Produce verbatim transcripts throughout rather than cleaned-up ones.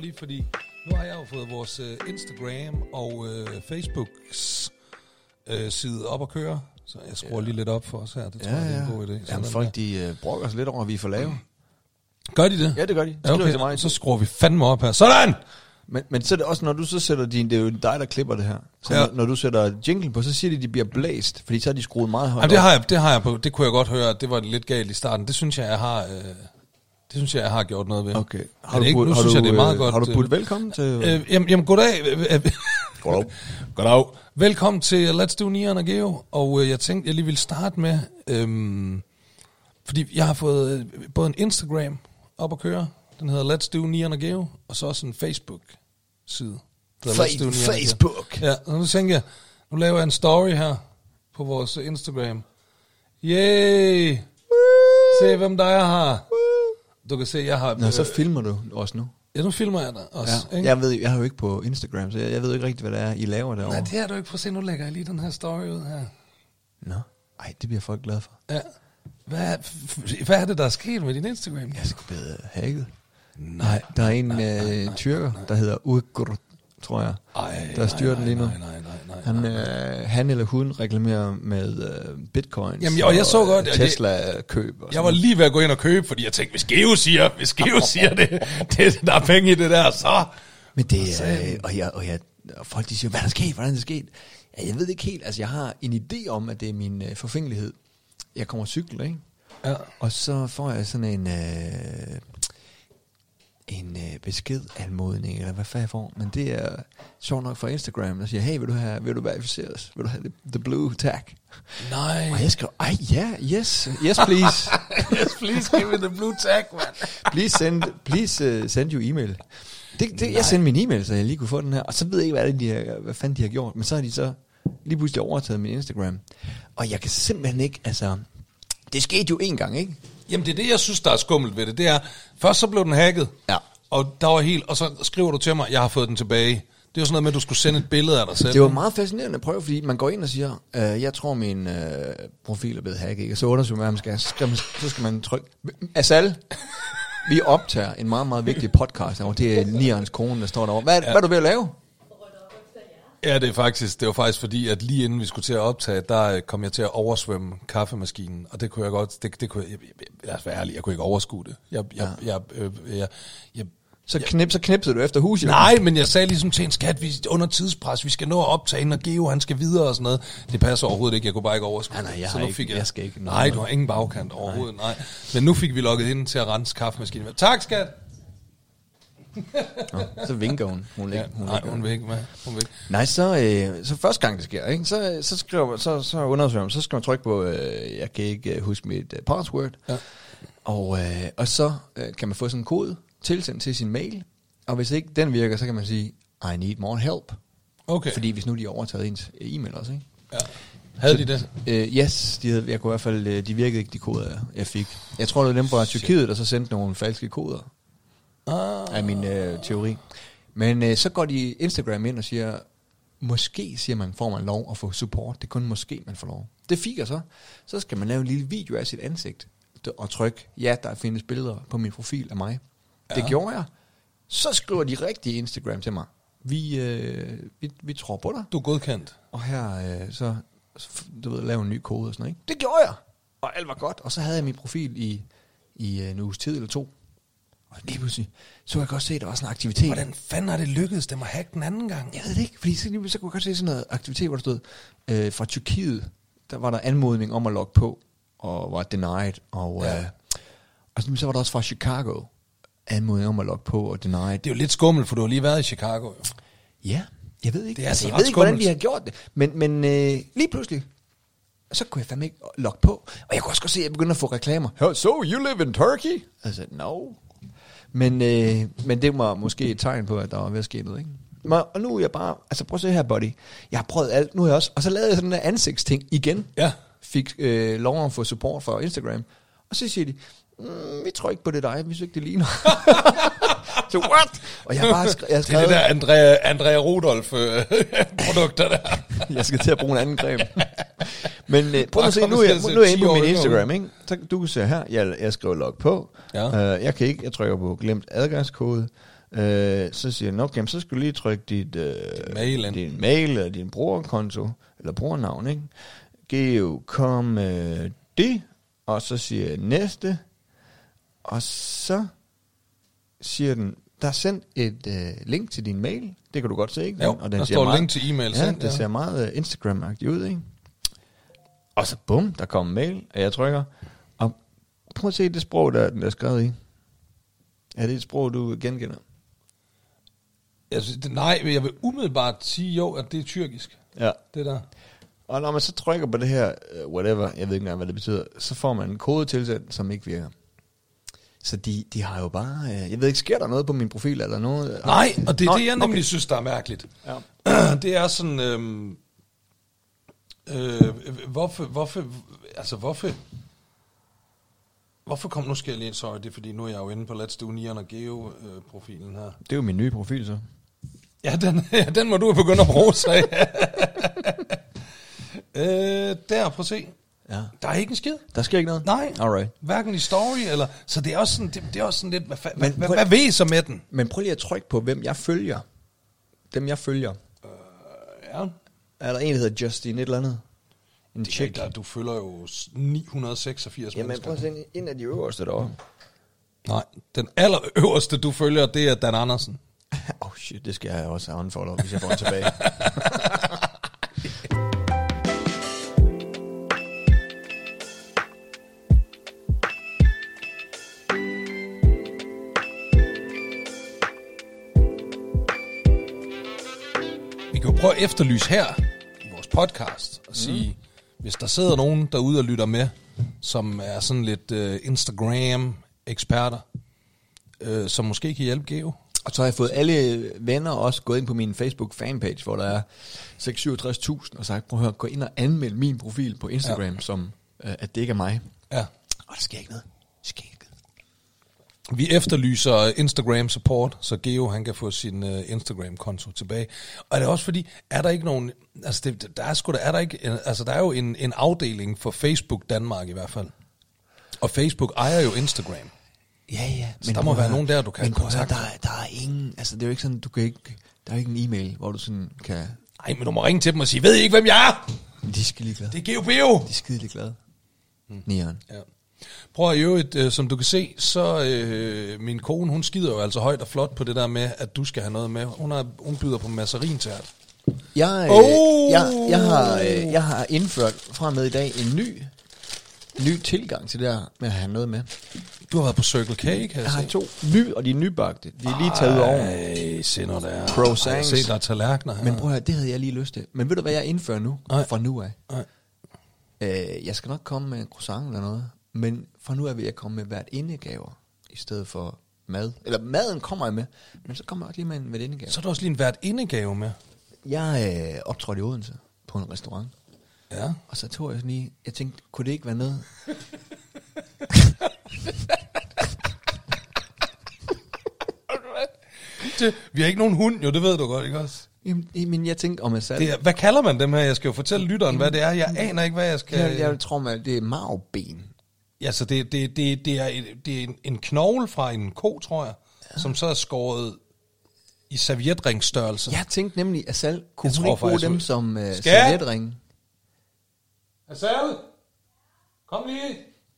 lige, fordi nu har jeg jo fået vores uh, Instagram og uh, Facebooks uh, side op at køre. Så jeg skruer ja. lige lidt op for os her. Det tror ja, jeg, det er en god idé. Jamen, folk, de uh, brokker sig lidt over, at vi er for lave. Gør de det? Ja, det gør de. Ja, okay. Mig. Så skruer vi fandme op her. Sådan! Men, men så er det også, når du så sætter din... Det er jo dig, der klipper det her. Så ja. når, når du sætter jingle på, så siger de, at de bliver blæst. Fordi så er de skruet meget højt. Jamen, det har jeg, det har jeg på. Det kunne jeg godt høre, at det var lidt galt i starten. Det synes jeg, jeg har... Øh, det synes jeg, jeg har gjort noget ved. Okay. Har du ikke, nu har synes du, jeg, det er meget godt. Har du budt velkommen til... Øh, jamen, jamen, goddag. Goddag. Goddag. Velkommen til Let's Do Neon og Geo. Og øh, jeg tænkte, jeg lige ville starte med... Øh, fordi jeg har fået øh, både en Instagram op at køre. Den hedder Let's Do Neon og Geo. Og så også en Facebook-side. Fa- Facebook. Ja, og nu tænker jeg, nu laver jeg en story her på vores Instagram. Yay! Se, hvem der er her. Du kan se, jeg har... Nå, så filmer du også nu. Ja, nu filmer jeg dig også. Ja. Ikke? Jeg ved, jeg har jo ikke på Instagram, så jeg, jeg ved ikke rigtigt, hvad det er, I laver derovre. Nej, det har du ikke. Prøv at se, nu lægger jeg lige den her story ud her. Nå, ej, det bliver folk glade for. Ja. Hvad, hvad er det, der er sket med din Instagram? Jeg skal blive hacket. Nej, der er en nej, øh, nej, tyrker, der hedder Uyghur, tror jeg, ej, der styrer den lige nu. Nej, nej, nej, nej, han, øh, han eller hun reklamerer med øh, bitcoins. Jamen, og jeg så godt, Tesla-køb. Jeg var lige ved at gå ind og købe, fordi jeg tænkte, hvis Geo siger, hvis Geo siger det, det, der er penge i det der, så... Men det er... Øh, og, jeg, og, jeg, og folk de siger, hvad er der sket? Hvordan er det sket? Ja, jeg ved ikke helt. Altså, jeg har en idé om, at det er min øh, forfængelighed. Jeg kommer cykle, ikke? Ja. Og så får jeg sådan en... Øh, en øh, beskedanmodning, eller hvad fanden jeg får. Men det er sjovt nok fra Instagram, der siger, hey, vil du have, vil du verificeres? Vil du have the, the blue tag? Nej. Og jeg skriver, ej, ja, yeah, yes, yes, please. Yes, please give me the blue tag, man. please send, please uh, send you email. Det, det, jeg sendte min e-mail, så jeg lige kunne få den her. Og så ved jeg ikke, hvad, det, de har, hvad fanden de har gjort. Men så har de så lige pludselig overtaget min Instagram. Og jeg kan simpelthen ikke, altså... Det skete jo en gang, ikke? Jamen det er det, jeg synes, der er skummelt ved det. Det er, først så blev den hacket, ja. og der var helt, og så skriver du til mig, jeg har fået den tilbage. Det er jo sådan noget med, at du skulle sende et billede af dig selv. Det var meget fascinerende at prøve, fordi man går ind og siger, øh, jeg tror, min øh, profil er blevet hacket, ikke? Og så undersøger man, hvad man skal. Så skal man, så skal man trykke. Asal, vi optager en meget, meget vigtig podcast, og det er Nians kone, der står derovre. Hvad, ja. hvad er du ved at lave? Ja, det er faktisk, det var faktisk fordi, at lige inden vi skulle til at optage, der kom jeg til at oversvømme kaffemaskinen, og det kunne jeg godt, det, det kunne jeg, jeg, lad os være ærlig, jeg kunne ikke overskue det. Jeg, jeg, ja. jeg, øh, jeg, jeg, så, knip, så knipsede du efter huset? Nej, men jeg sagde ligesom til en skat, vi under tidspres, vi skal nå at optage, når Geo han skal videre og sådan noget. Det passer overhovedet ikke, jeg kunne bare ikke overskue det. Nej, nej, jeg, så nu ikke, fik jeg, jeg skal ikke. Nej, du har ingen bagkant overhovedet, nej. nej. Men nu fik vi logget ind til at rense kaffemaskinen. Tak, skat! Nå, så vinker hun. Hun, ja, ikke, hun, nej, hun vil ikke med. Hun vil ikke. Nej, så, øh, så første gang det sker, ikke? Så, så skriver så, så undersøger man, så skal man trykke på, øh, jeg kan ikke øh, huske mit øh, password. Ja. Og, øh, og så øh, kan man få sådan en kode tilsendt til sin mail. Og hvis ikke den virker, så kan man sige, I need more help. Okay. Fordi hvis nu de har overtaget ens e-mail også, ikke? Ja. Havde så, de det? Øh, yes, de havde, jeg kunne i hvert fald, de virkede ikke, de koder, jeg fik. Jeg tror, det var dem fra Tyrkiet, der så sendte nogle falske koder. Ah. Af min øh, teori. Men øh, så går de Instagram ind og siger, måske, siger man, får man lov at få support. Det er kun måske, man får lov. Det fik jeg så. Så skal man lave en lille video af sit ansigt og trykke, ja, der findes billeder på min profil af mig. Ja. Det gjorde jeg. Så skriver de rigtige Instagram til mig. Vi, øh, vi, vi tror på dig. Du er godkendt. Og her, øh, så, du ved, lave en ny kode og sådan noget. Ikke? Det gjorde jeg. Og alt var godt. Og så havde jeg min profil i, i en uges tid eller to. Og lige pludselig, så kunne jeg godt se, at der var sådan en aktivitet. Hvordan fanden har det lykkedes dem at hacke den anden gang? Jeg ved det ikke, fordi så, så kunne jeg godt se sådan noget aktivitet, hvor der stod, øh, fra Tyrkiet, der var der anmodning om at logge på, og var denied. Og, ja. øh, og så var der også fra Chicago, anmodning om at logge på, og denied. Det er jo lidt skummelt, for du har lige været i Chicago, jo. Ja, jeg ved ikke, det er altså, altså jeg ved ikke hvordan de har gjort det, men, men øh, lige pludselig, så kunne jeg fandme ikke logge på. Og jeg kunne også godt se, at jeg begyndte at få reklamer. So, you live in Turkey? Altså, no. Men, øh, men det var måske et tegn på, at der var ved at ske noget, ikke? Og nu er jeg bare, altså prøv at se her, buddy. Jeg har prøvet alt, nu er jeg også, og så lavede jeg sådan en ansigtsting igen. Ja. Fik øh, lov at få support fra Instagram. Og så siger de, mm, vi tror ikke på det dig, vi synes ikke, det ligner. Så what? Og jeg har bare skrevet, jeg har skrevet, det er det der Andrea, Andrea Rudolph øh, produkter der. Jeg skal til at bruge en anden creme. Men øh, prøv at se, nu er jeg, nu er jeg inde på min Instagram, ikke? Så du kan se her, jeg, jeg skriver log på. Ja. Uh, jeg kan ikke, jeg trykker på glemt adgangskode. Øh, så siger den, okay, så skal du lige trykke dit, øh, din mail, ind. din mail eller din brugerkonto, eller brugernavn, ikke? Geo, kom øh, det, og så siger jeg næste, og så siger den, der er sendt et øh, link til din mail, det kan du godt se, ikke? Jo, og den der ser står meget, link til e-mail ja, sendt. det Ja. ser meget uh, Instagram-agtigt ud, ikke? Og så bum, der kommer mail, og jeg trykker, og prøv at se det sprog, der, den er skrevet i. Er det et sprog, du genkender? Jeg synes, det, nej, men jeg vil umiddelbart sige jo, at det er tyrkisk, Ja. det der. Og når man så trykker på det her, uh, whatever, jeg ved ikke engang, hvad det betyder, så får man en kode tilsendt, som ikke virker. Så de, de har jo bare, uh, jeg ved ikke, sker der noget på min profil eller noget? Nej, og det er Nå, det, jeg nemlig okay. synes, der er mærkeligt. Ja. Det er sådan, øhm, øh, hvorfor, hvorfor, altså hvorfor, hvorfor kom, nu skal jeg lige, sorry, det er fordi, nu er jeg jo inde på Let's Do Nian og Geo-profilen her. Det er jo min nye profil, så. Ja, den, ja, den må du begynde at bruge sig. øh, der, prøv at se. Ja. Der er ikke en skid. Der sker ikke noget? Nej, Alright. hverken i story, eller, så det er også sådan, det, det er også sådan lidt, hvad, fa- Men hvad, prøv- hvad ved I så med den? Men prøv lige at trykke på, hvem jeg følger. Dem jeg følger. Ja, Er der en, der hedder Justin et eller andet? En det er chick. ikke, der, du følger jo ni hundrede seksogfirs Jamen mennesker. prøv at se en af de øverste derovre. Nej, den allerøverste, du følger, det er Dan Andersen. Oh shit, det skal jeg også have unfollow, hvis jeg får den tilbage. Vi kan jo prøve at efterlyse her i vores podcast og sige, mm. hvis der sidder nogen derude og lytter med, som er sådan lidt uh, Instagram-eksperter, uh, som måske kan hjælpe Geo. Og så har jeg fået alle venner også gået ind på min Facebook fanpage, hvor der er seks hundrede syvogtres tusind, og sagt, prøv at høre, gå ind og anmeld min profil på Instagram, ja. som uh, at det ikke er mig. Ja. Og der sker ikke noget. Der sker ikke noget. Vi efterlyser Instagram support, så Geo han kan få sin uh, Instagram-konto tilbage. Og er det også fordi, er der ikke nogen, altså det, der er sgu da, er der ikke, altså der er jo en, en afdeling for Facebook Danmark i hvert fald. Og Facebook ejer jo Instagram. Ja, ja. Så der må være nogen der, du kan men kontakte. der, der er ingen, altså det er jo ikke sådan, du kan ikke, der er ikke en e-mail, hvor du sådan kan, Nej, men du må ringe til dem og sige, ved I ikke, hvem jeg er? de er skide ligeglade. Det er Geo Beo. De er skide ligeglade. Hmm. Nieren. Ja. Prøv at i øvrigt, øh, som du kan se, så øh, min kone, hun skider jo altså højt og flot på det der med, at du skal have noget med. Hun, har, hun byder på masserintært. Jeg, øh, Oh! jeg, jeg, har, øh, jeg har indført fra og med i dag en ny, ny tilgang til det her med at have noget med. Du har været på Circle K, kan jeg, Jeg har se. to ny, og de er nybagte. De er lige taget ud over. Ej, se når der er. Croissants. Ej, se, der er tallerkener her. Men prøv at høre, det havde jeg lige lyst til. Men ved du, hvad jeg indfører nu? Nej. Fra nu af. Nej. Øh, jeg skal nok komme med en croissant eller noget. Men fra nu af vil jeg komme med hvert indegaver i stedet for mad. Eller maden kommer jeg med, men så kommer jeg også lige med en hvert indegave. Så er der også lige en hvert indegave med. Jeg øh, optrådte i Odense på en restaurant. Ja. Og så tog jeg sådan lige, jeg tænkte, kunne det ikke være noget? Det, vi har ikke nogen hund, jo, det ved du godt, ikke også? Jamen, men jeg tænkte, om jeg sagde Det er, hvad kalder man dem her? Jeg skal jo fortælle lytteren, hvad det er. Jeg aner ikke, hvad jeg skal... jeg, jeg tror, man, det er marvben. Ja, så det, det, det, det er, et- det er en, en knogle fra en ko, tror jeg, ja. Som så er skåret i servietringsstørrelse. Jeg tænkte nemlig, at Sal, kunne Jeg hun tror ikke bruge faktisk, dem hun- som uh, Skat! servietring? Asal! Kom lige!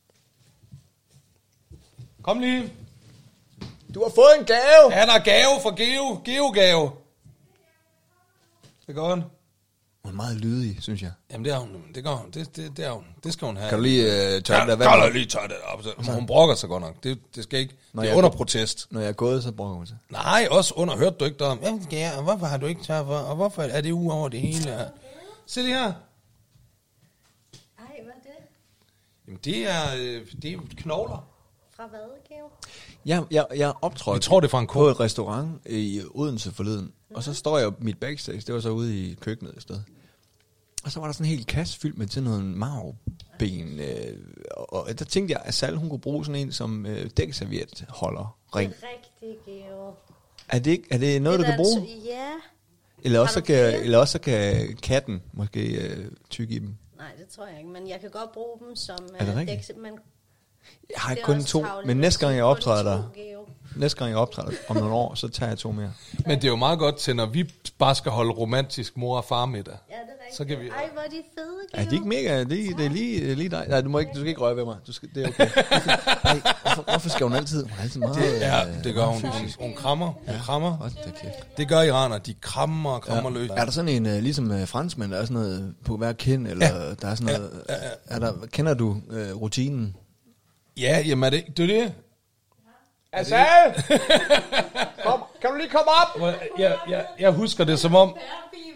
Kom lige! Du har fået en gave! Ja, der er gave fra Geo. Geo-gave. Det går hun. Hun er meget lydig, synes jeg. Jamen, det er hun. Det går hun. Det, det, det er hun. Det skal hun have. Kan du lige uh, tørre Ja, det der kan vand? du lige tørre det op. Så- Hun brokker sig godt nok. Det, det skal ikke. Når Det er jeg under går- protest. Når jeg er gået, så bruger hun sig. Nej, også under. Hørte du ikke der om? Jamen, skal jeg? Og hvorfor har du ikke tør for? Og hvorfor er det uge over det hele? Se det her. Ej, hvad er det? Jamen, det er, øh, det er knogler. Fra hvad, Geo? Jeg, jeg, jeg optrådte Jeg tror, det er fra en ko. på et restaurant i Odense forleden. Mm. Og så står jeg mit backstage, det var så ude i køkkenet et sted. Og så var der sådan en hel kasse fyldt med til noget marvben. Øh, og, og der tænkte jeg, at Sal, hun kunne bruge sådan en som øh, dækserviet holder ring. Det er rigtigt, Geo. Er det, ikke, er det noget, Det du er kan bruge? altså- Ja. Eller også, Har så du kan, flere? eller også så kan katten måske øh, tygge i dem. Nej, det tror jeg ikke, men jeg kan godt bruge dem som... Er det øh, rigtigt? dæks- man, Jeg har Det er kun også to, tarveligt, men at næste gang sige jeg kun optræder to, der, Geo. næste gang jeg optræder om nogle år, så tager jeg to mere. Men det er jo meget godt til, når vi bare skal holde romantisk mor- og farmiddag. Ja, det er rigtigt. Så kan vi- Ej, hvor er de fede, Geo. Ja, de er ikke mega, det, det er lige, det er lige dig. Nej, du, må ikke, du skal ikke røre ved mig. Du skal, det er okay. Ej, hvorfor, hvorfor skal hun altid? Hun er altid meget... Det, ja, det gør hun. Hun, hun krammer. Hun krammer. Hold da kæft. Det gør iraner. De krammer og krammer løs. Er der sådan en, uh, ligesom uh, franskmænd, der er sådan noget på hver kind, eller ja. Der er sådan noget... Ja, ja, ja. Er der, kender du uh, rutinen? Ja, jamen er det det? Er det? Asal! Kom, kan du lige komme op? Jeg, jeg, jeg husker det som om,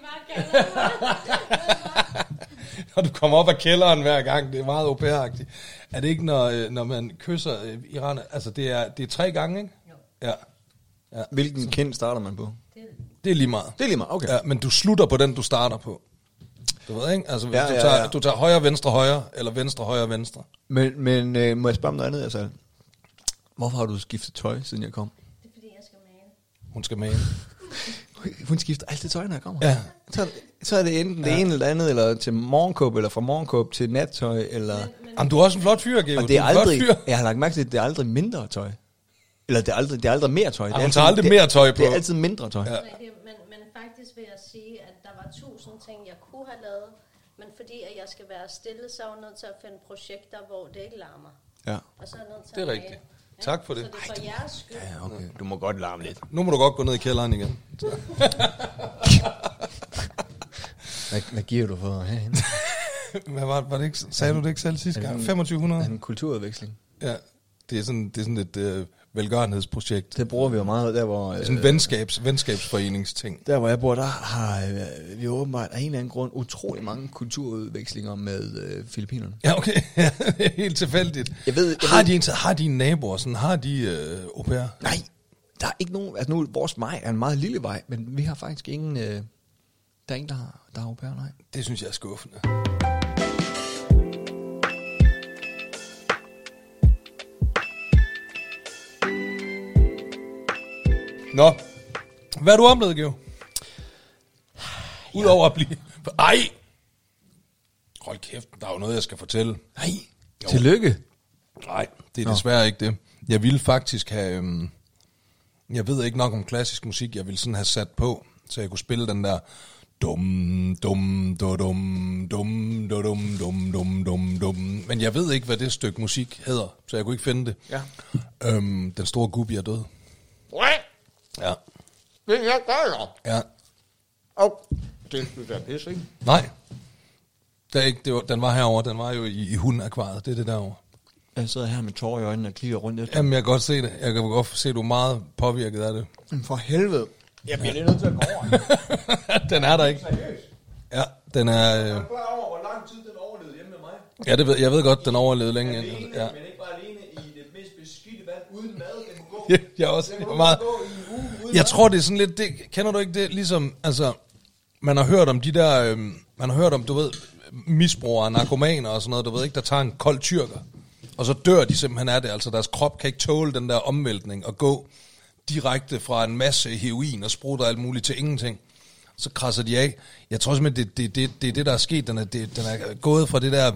når du kommer op af kælderen hver gang. Det er meget au pair-agtigt. Er det ikke, når, når man kysser øh, iraner? Altså, det er, det er tre gange, ikke? Ja. Ja. Hvilken kind starter man på? Det er lige meget. Det er lige meget, okay. Ja, men du slutter på den, du starter på. Du ved ikke? Altså, hvis Ja, du, ja, tager, ja. du tager højre, venstre, højre, eller venstre, højre, venstre. Men, men øh, må jeg spørge om noget andet, Asal? Hvorfor har du skiftet tøj, siden jeg kom? Det er fordi, jeg skal male. Hun skal male. Hun skifter altid tøj, når jeg kommer. Ja. Så, så er det enten det ene eller det andet, eller til morgenkåb, eller fra morgenkåb til nattøj, eller... Jamen, du er også en flot fyr, Geo. Og det er Du en flot aldrig, fyr. jeg har lagt mærke til, at det er aldrig mindre tøj. Eller det er aldrig, det er aldrig mere tøj. Det er hun altid, tager aldrig det, mere tøj på. Det er altid mindre tøj. Ja. Ja. Rigtigt, Men, men faktisk vil jeg sige, at der var tusind ting, jeg kunne have lavet. Men fordi at jeg skal være stille, så er jeg nødt til at finde projekter, hvor det ikke larmer. Ja. Og så er jeg nødt til Det er at rigtigt. male. Tak for det. Så det er for jeres skyld. Ja, okay. Du må godt larme lidt. Nu må du godt gå ned i kælderen igen. Hvad, hvad giver du for herinde? Hvad var, var det ikke, sagde du det ikke selv sidste gang? Er femogtyve hundrede? En kulturudveksling. Ja, det er sådan, det er sådan et øh, velgørenhedsprojekt. Det bruger vi jo meget der, hvor... Det er sådan en venskabs, venskabsforeningsting. Der, hvor jeg bor, der har øh, vi åbenbart af en eller anden grund utrolig mange kulturudvekslinger med øh, Filippinerne. Ja, okay. Ja, det er helt tilfældigt. Jeg ved- jeg har, ved- de en, har de en naboer? Sådan, har de øh, au pair? Nej, der er ikke nogen... Altså nu, vores vej er en meget lille vej, men vi har faktisk ingen... Øh, der er ingen, der har, der har au pair, nej. Det synes jeg er skuffende. Nå, hvad har du oplevet, Geo? Udover at blive... Ej! Hold kæft, der er jo noget, jeg skal fortælle. Nej, Jo. tillykke. Nej, det er Nå. desværre ikke det. Jeg ville faktisk have... Øhm, jeg ved ikke nok om klassisk musik, jeg ville sådan have sat på, så jeg kunne spille den der... Dum, dum, du, dum, dum, du, dum, dum, dum, dum, dum. Men jeg ved ikke, hvad det stykke musik hedder, så jeg kunne ikke finde det. Ja. Øhm, den store Gubi er død. Ja. Det er jeg gør, Ja. Og det skulle være pisse, ikke? Nej. Det er ikke, det var, den var herovre, den var jo i, i hundakvariet, det er det derovre. Jeg sidder her med tårer i øjnene og kigger rundt efter. Jamen, jeg kan godt se det. Jeg kan godt se, at du er meget påvirket af det. Jamen, for helvede. Jeg bliver lidt nødt til at gå over. Den er der ikke. Ja, den er... Øh, klar over, hvor lang tid den overlevede hjemme med mig. ja, det ved, jeg ved godt, den overlevede længe. Ja. Men ikke bare alene i det mest beskidte vand uden mad. Den kunne gå, Ja, jeg er også den kunne meget... gå i en uge uden Jeg mad. tror, det er sådan lidt... Det, kender du ikke det? Ligesom, altså... Man har hørt om de der... Øh, man har hørt om, du ved, misbrugere, narkomaner og sådan noget, du ved ikke, der tager en kold tyrker. Og så dør de simpelthen af det. Altså, deres krop kan ikke tåle den der omvæltning og gå direkte fra en masse heroin og sprutter alt muligt til ingenting. Så krasser de af. Jeg tror simpelthen, det er det, det, det, det, der er sket. Den er, det, den er gået fra det der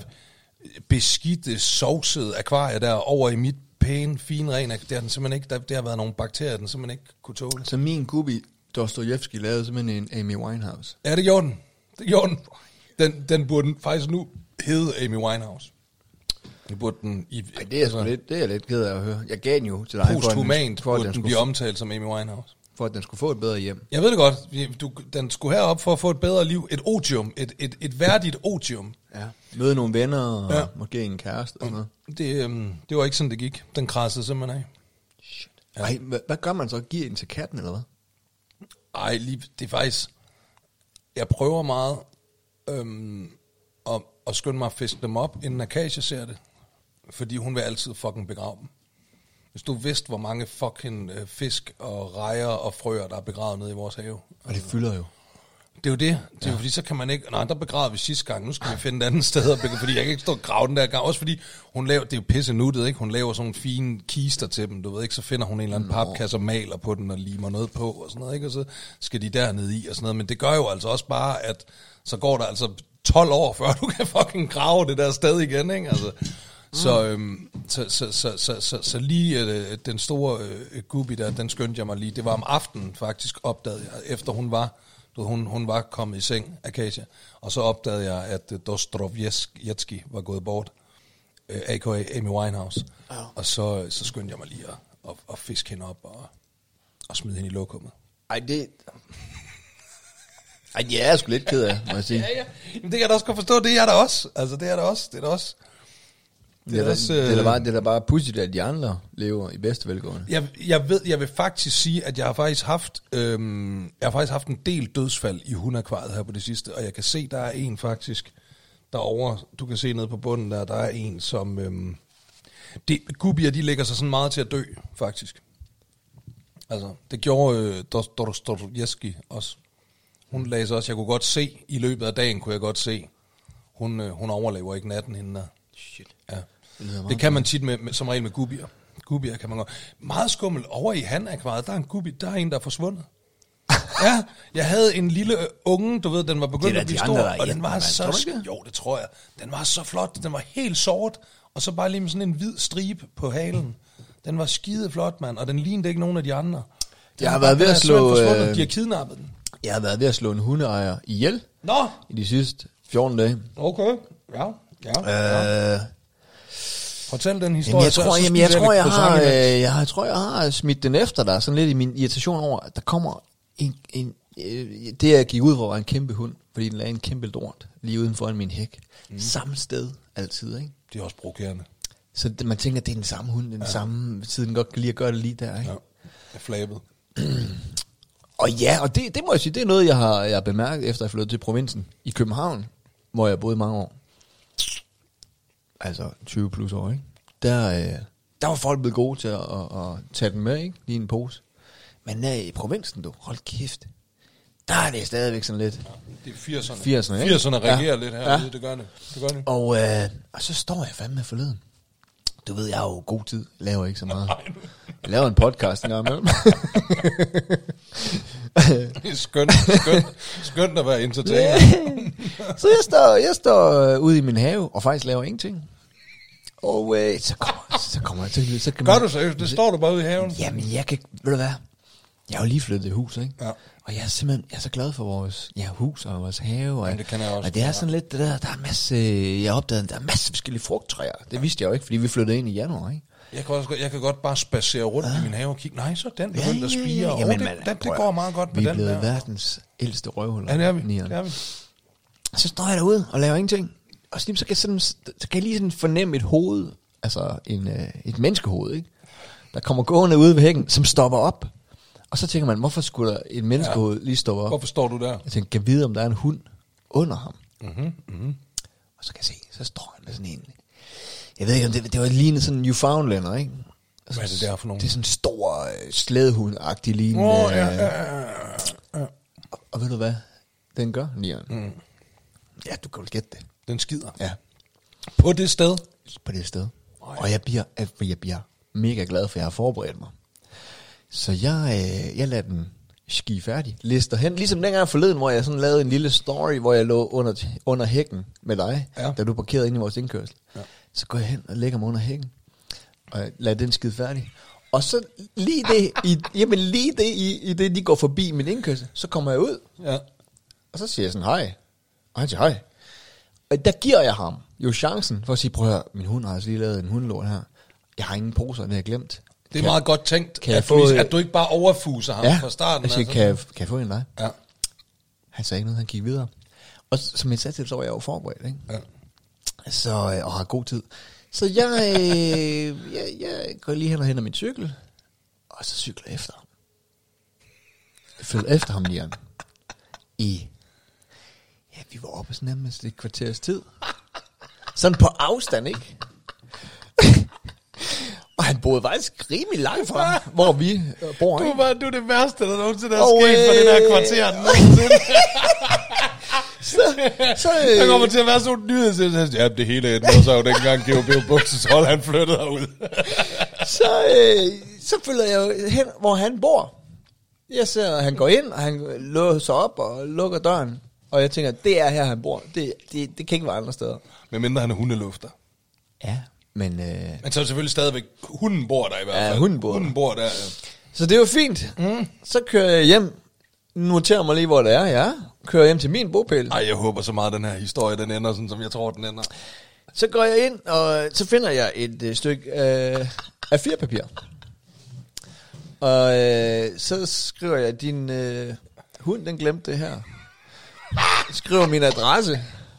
beskidte, sovsede akvarie der over i mit pæne, fine ren. Det har den simpelthen ikke, der, det har været nogle bakterier, den simpelthen ikke kunne tåle. Så min Gubi, Dostojevski, lavede simpelthen en Amy Winehouse. Ja, det gjorde den. Det gjorde den. Den, den burde faktisk nu hedde Amy Winehouse. Det burde den i... Ej, det er, altså, lidt, det er jeg lidt ked af at høre. Jeg gav den jo til dig, for at, den, Posthumant for, at burde den den skulle, blive omtalt som Amy Winehouse. for at den skulle få et bedre hjem. Jeg ved det godt. Vi- Du, den skulle herop for at få et bedre liv. Et otium. Et, et, et værdigt otium. Ja. Møde nogle venner og Ja. ja. måske en kæreste og sådan noget. Det, øhm, det var ikke sådan, det gik. Den krassede simpelthen af. Shit. Ja. Ej, hvad, hvad gør man så? Giver den til katten, eller hvad? Ej, lige, det er faktisk... Jeg prøver meget øhm, at, at skynde mig at fiske dem op, inden Akasia ser det. Fordi hun vil altid fucking begrave dem. Hvis du vidste, hvor mange fucking øh, fisk og rejer og frøer, der er begravet nede i vores have. Og det fylder jo. Det er jo det. Det er jo fordi, så kan man ikke... Nej, der begravede vi sidste gang. Nu skal vi finde et andet sted. Fordi jeg kan ikke stå og grave den der gang. Også fordi hun laver... Det er jo pisse nuttet, ikke? Hun laver sådan nogle fine kister til dem, du ved ikke? Så finder hun en eller anden Nå. papkasse og maler på den og limer noget på og sådan noget, ikke? Og så skal de dernede i og sådan noget. Men det gør jo altså også bare, at så går der altså tolv år, før du kan fucking grave det der sted igen, ikke? Altså, Så, øhm, så, så, så, så, så, så lige øh, den store øh, Gubi der, den skyndte jeg mig lige. Det var om aftenen faktisk, opdagede jeg, efter hun var, du, hun, hun var kommet i seng, Akasia. Og så opdagede jeg, at øh, Dostrovjetski var gået bort, øh, a k a. Amy Winehouse. Ja. Og så, så skyndte jeg mig lige at, at, at fiske hende op og, og smide hende i lokummet. Ej, det... Ej, ja, jeg er sgu lidt ked af, må jeg sige. Ja, ja. Jamen, det kan jeg da også godt forstå, det er jeg da også. Altså, det er der også, det er der også. Det er, det, også, det, er da bare, det er da bare pudsigt, at de andre lever i bedste velgående. Jeg, jeg ved, jeg vil faktisk sige, at jeg har faktisk haft, øhm, jeg har faktisk haft en del dødsfald i hundakvariet her på det sidste, og jeg kan se, der er en faktisk derovre. Du kan se nede på bunden der, der er en, som øhm, de, gubier, de lægger sig sådan meget til at dø, faktisk. Altså, det gjorde øh, Dostojevski også. Hun lagde sig også, jeg kunne godt se, i løbet af dagen kunne jeg godt se, hun, øh, hun overlever ikke natten hende der. Shit. Ja. Det, det kan man tit med, med, som regel med gubier. Gubier kan man godt. Meget skummel over i han-akvariet, der er en gubi, der er en, der er forsvundet. Ja, jeg havde en lille unge, du ved, den var begyndt at blive stor, andre, og den var man, så, jo, det tror jeg, den var så flot, den var helt sort, og så bare lige med sådan en hvid stribe på halen. Den var skide flot, mand, og den lignede ikke nogen af de andre. Den jeg har været ved at slå... Øh, de har kidnappet den. Jeg har været ved at slå en hundeejer ihjel. Nå! I de sidste fjorten dage. Okay, ja, ja. Øh, Fortæl den historie. Jamen, jeg, tror, så, så jamen, jeg, tror, jeg, har, øh, jeg, jeg tror, jeg har smidt den efter dig, sådan lidt i min irritation over, at der kommer en... en øh, det, jeg gik ud for, var en kæmpe hund, fordi den lagde en kæmpe lort lige uden foran min hæk. Mm. Samme sted altid, ikke? Det er også provokerende. Så det, man tænker, at det er den samme hund, den ja. samme tid, den godt kan lide at gøre det lige der, ikke? Ja, det er flabet. Og ja, og det, det må jeg sige, det er noget, jeg har, jeg har bemærket, efter jeg flyttede til provinsen i København, hvor jeg boede mange år. Altså tyve plus år, ikke? Der, øh, der var folk blevet gode til at, at, at tage den med, ikke? Lige en pose. Men der i provinsen, du, hold kæft. Der er det stadigvæk sådan lidt. Ja, det er firserne. firserne, ikke? firserne reagerer ja. lidt herude, ja. det gør det. Det gør det. Og, øh, og så står jeg fandme forleden. Du ved, jeg har jo god tid. Jeg laver ikke så meget. Jeg laver en podcast en gang imellem. Det er skønt, skønt, skønt at være entertainer. Så jeg står, jeg står ude i min have, og faktisk laver ingenting. Og øh, så kommer, så kommer jeg til... Så kan Gør man, du seriøst? Det står du bare ude i haven? Jamen, jeg kan... Ved du hvad? Jeg har jo lige flyttet i hus, ikke? Ja. Og jeg er simpelthen jeg er så glad for vores ja, hus og vores have. Og, ja, det kan jeg også. Og det er sådan lidt det der, der er masse... Jeg opdagede, der er masse forskellige frugttræer. Det vidste jeg jo ikke, fordi vi flyttede ind i januar, ikke? Jeg kan, også, jeg kan godt bare spacere rundt ja. i min have og kigge. Nej, så den begyndte ja, at spire. Ja, ja. Jamen, oh, det, den, det går meget godt med den der. Vi er blevet verdens ældste røvhuller. Ja, det er vi. Det er vi. Så står jeg derude og laver ingenting. Og så kan jeg, sådan, så kan jeg lige sådan fornemme et hoved, altså en, et menneskehoved, ikke? Der kommer gående ude ved hækken, som stopper op. Og så tænker man, hvorfor skulle der et menneskehoved ja. lige stoppe op? Hvorfor står du der? Jeg tænker, kan jeg vide, om der er en hund under ham? Mm-hmm, mm-hmm. Og så kan jeg se, så står han med sådan en... Jeg ved ikke, om det, det var lignende sådan en Newfoundlander, ikke? Hvad er det der for nogen? Det er sådan en stor uh, slædehund-agtig lignende. Åh, oh, ja, ja, ja, ja. Og, og ved du hvad? Den gør, Nian. Mm. Ja, du kan jo gætte det. Den skider? Ja. På det sted? På det sted. Oh, ja. Og jeg bliver, jeg bliver mega glad, for jeg har forberedt mig. Så jeg, øh, jeg lader den ski færdig, lister hen. Ligesom dengang forleden, hvor jeg sådan lavede en lille story, hvor jeg lå under, under hækken med dig, ja. Da du parkerede inde i vores indkørsel. Ja. Så går jeg hen og lægger mig under hækken, og lader den skide færdig. Og så lige det, i, jamen lige det, i, i det, de går forbi min indkørsel, så kommer jeg ud. Ja. Og så siger jeg sådan, hej. Og han siger, hej. Og der giver jeg ham jo chancen for at sige, prøv at høre, min hund har altså lige lavet en hundelort her. Jeg har ingen poser, det har jeg glemt. Det er kan, meget godt tænkt, kan at, få, du, at du ikke bare overfuser ham ja, fra starten. Jeg siger, altså. kan, jeg, kan jeg få en dig? Ja. Han sagde ikke noget, han gik videre. Og som jeg sagde til, så var jeg jo forberedt, ikke? Ja. Så, og har god tid. Så jeg, øh, jeg, jeg går lige hen og henter min cykel, og så cykler jeg efter ham. Jeg følger efter ham lige i, ja, vi var oppe sådan nærmest et kvarters tid. Sådan på afstand, ikke? Og han boede faktisk rimelig langt fra, hvor vi bor. Du var du det værste, der nogensinde er sket øh, for det der kvarter. Nogensinde. så, så, øh, der kommer til at være sådan en nyhed. Ja, det hele endte, og så jo dengang G O B Bukses hold, han flyttede herud. så, øh, så følger jeg jo hen, hvor han bor. Jeg ser, han går ind, og han låser op og lukker døren. Og jeg tænker, det er her, han bor. Det, det, det kan ikke være andre steder. Men mindre han er hundelufter. Ja. Men, øh, Men så er det selvfølgelig stadigvæk, hunden bor der i hvert fald. Ja, hunden bor Hunden bor der, ja. Så det var fint. Mm. Så kører jeg hjem. Noterer mig lige, hvor det er, ja. Kører hjem til min bopæl. Ej, jeg håber så meget, den her historie, den ender sådan, som jeg tror, den ender. Så går jeg ind, og så finder jeg et øh, stykke øh, A fire papir. Og øh, så skriver jeg, din øh, hund, den glemte det her. Skriver min adresse.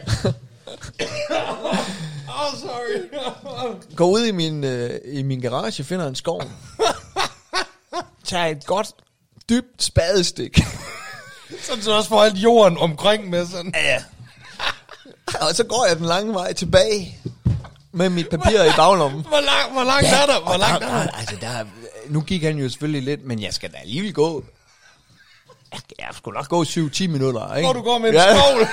Oh, sorry. Går ud i min, øh, i min garage, finder en skov. Tager et godt, dybt spadestik. Sådan så også får alt jorden omkring med sådan. Ja. Og så går jeg den lange vej tilbage med mit papir i baglommen. Hvor langt, hvor langt ja, er der? Hvor langt der, er der? Altså, der, nu gik han jo selvfølgelig lidt, men jeg skal da alligevel gå. Jeg, jeg skulle nok gå syv til ti minutter, ikke? Hvor du går med en ja. skovl.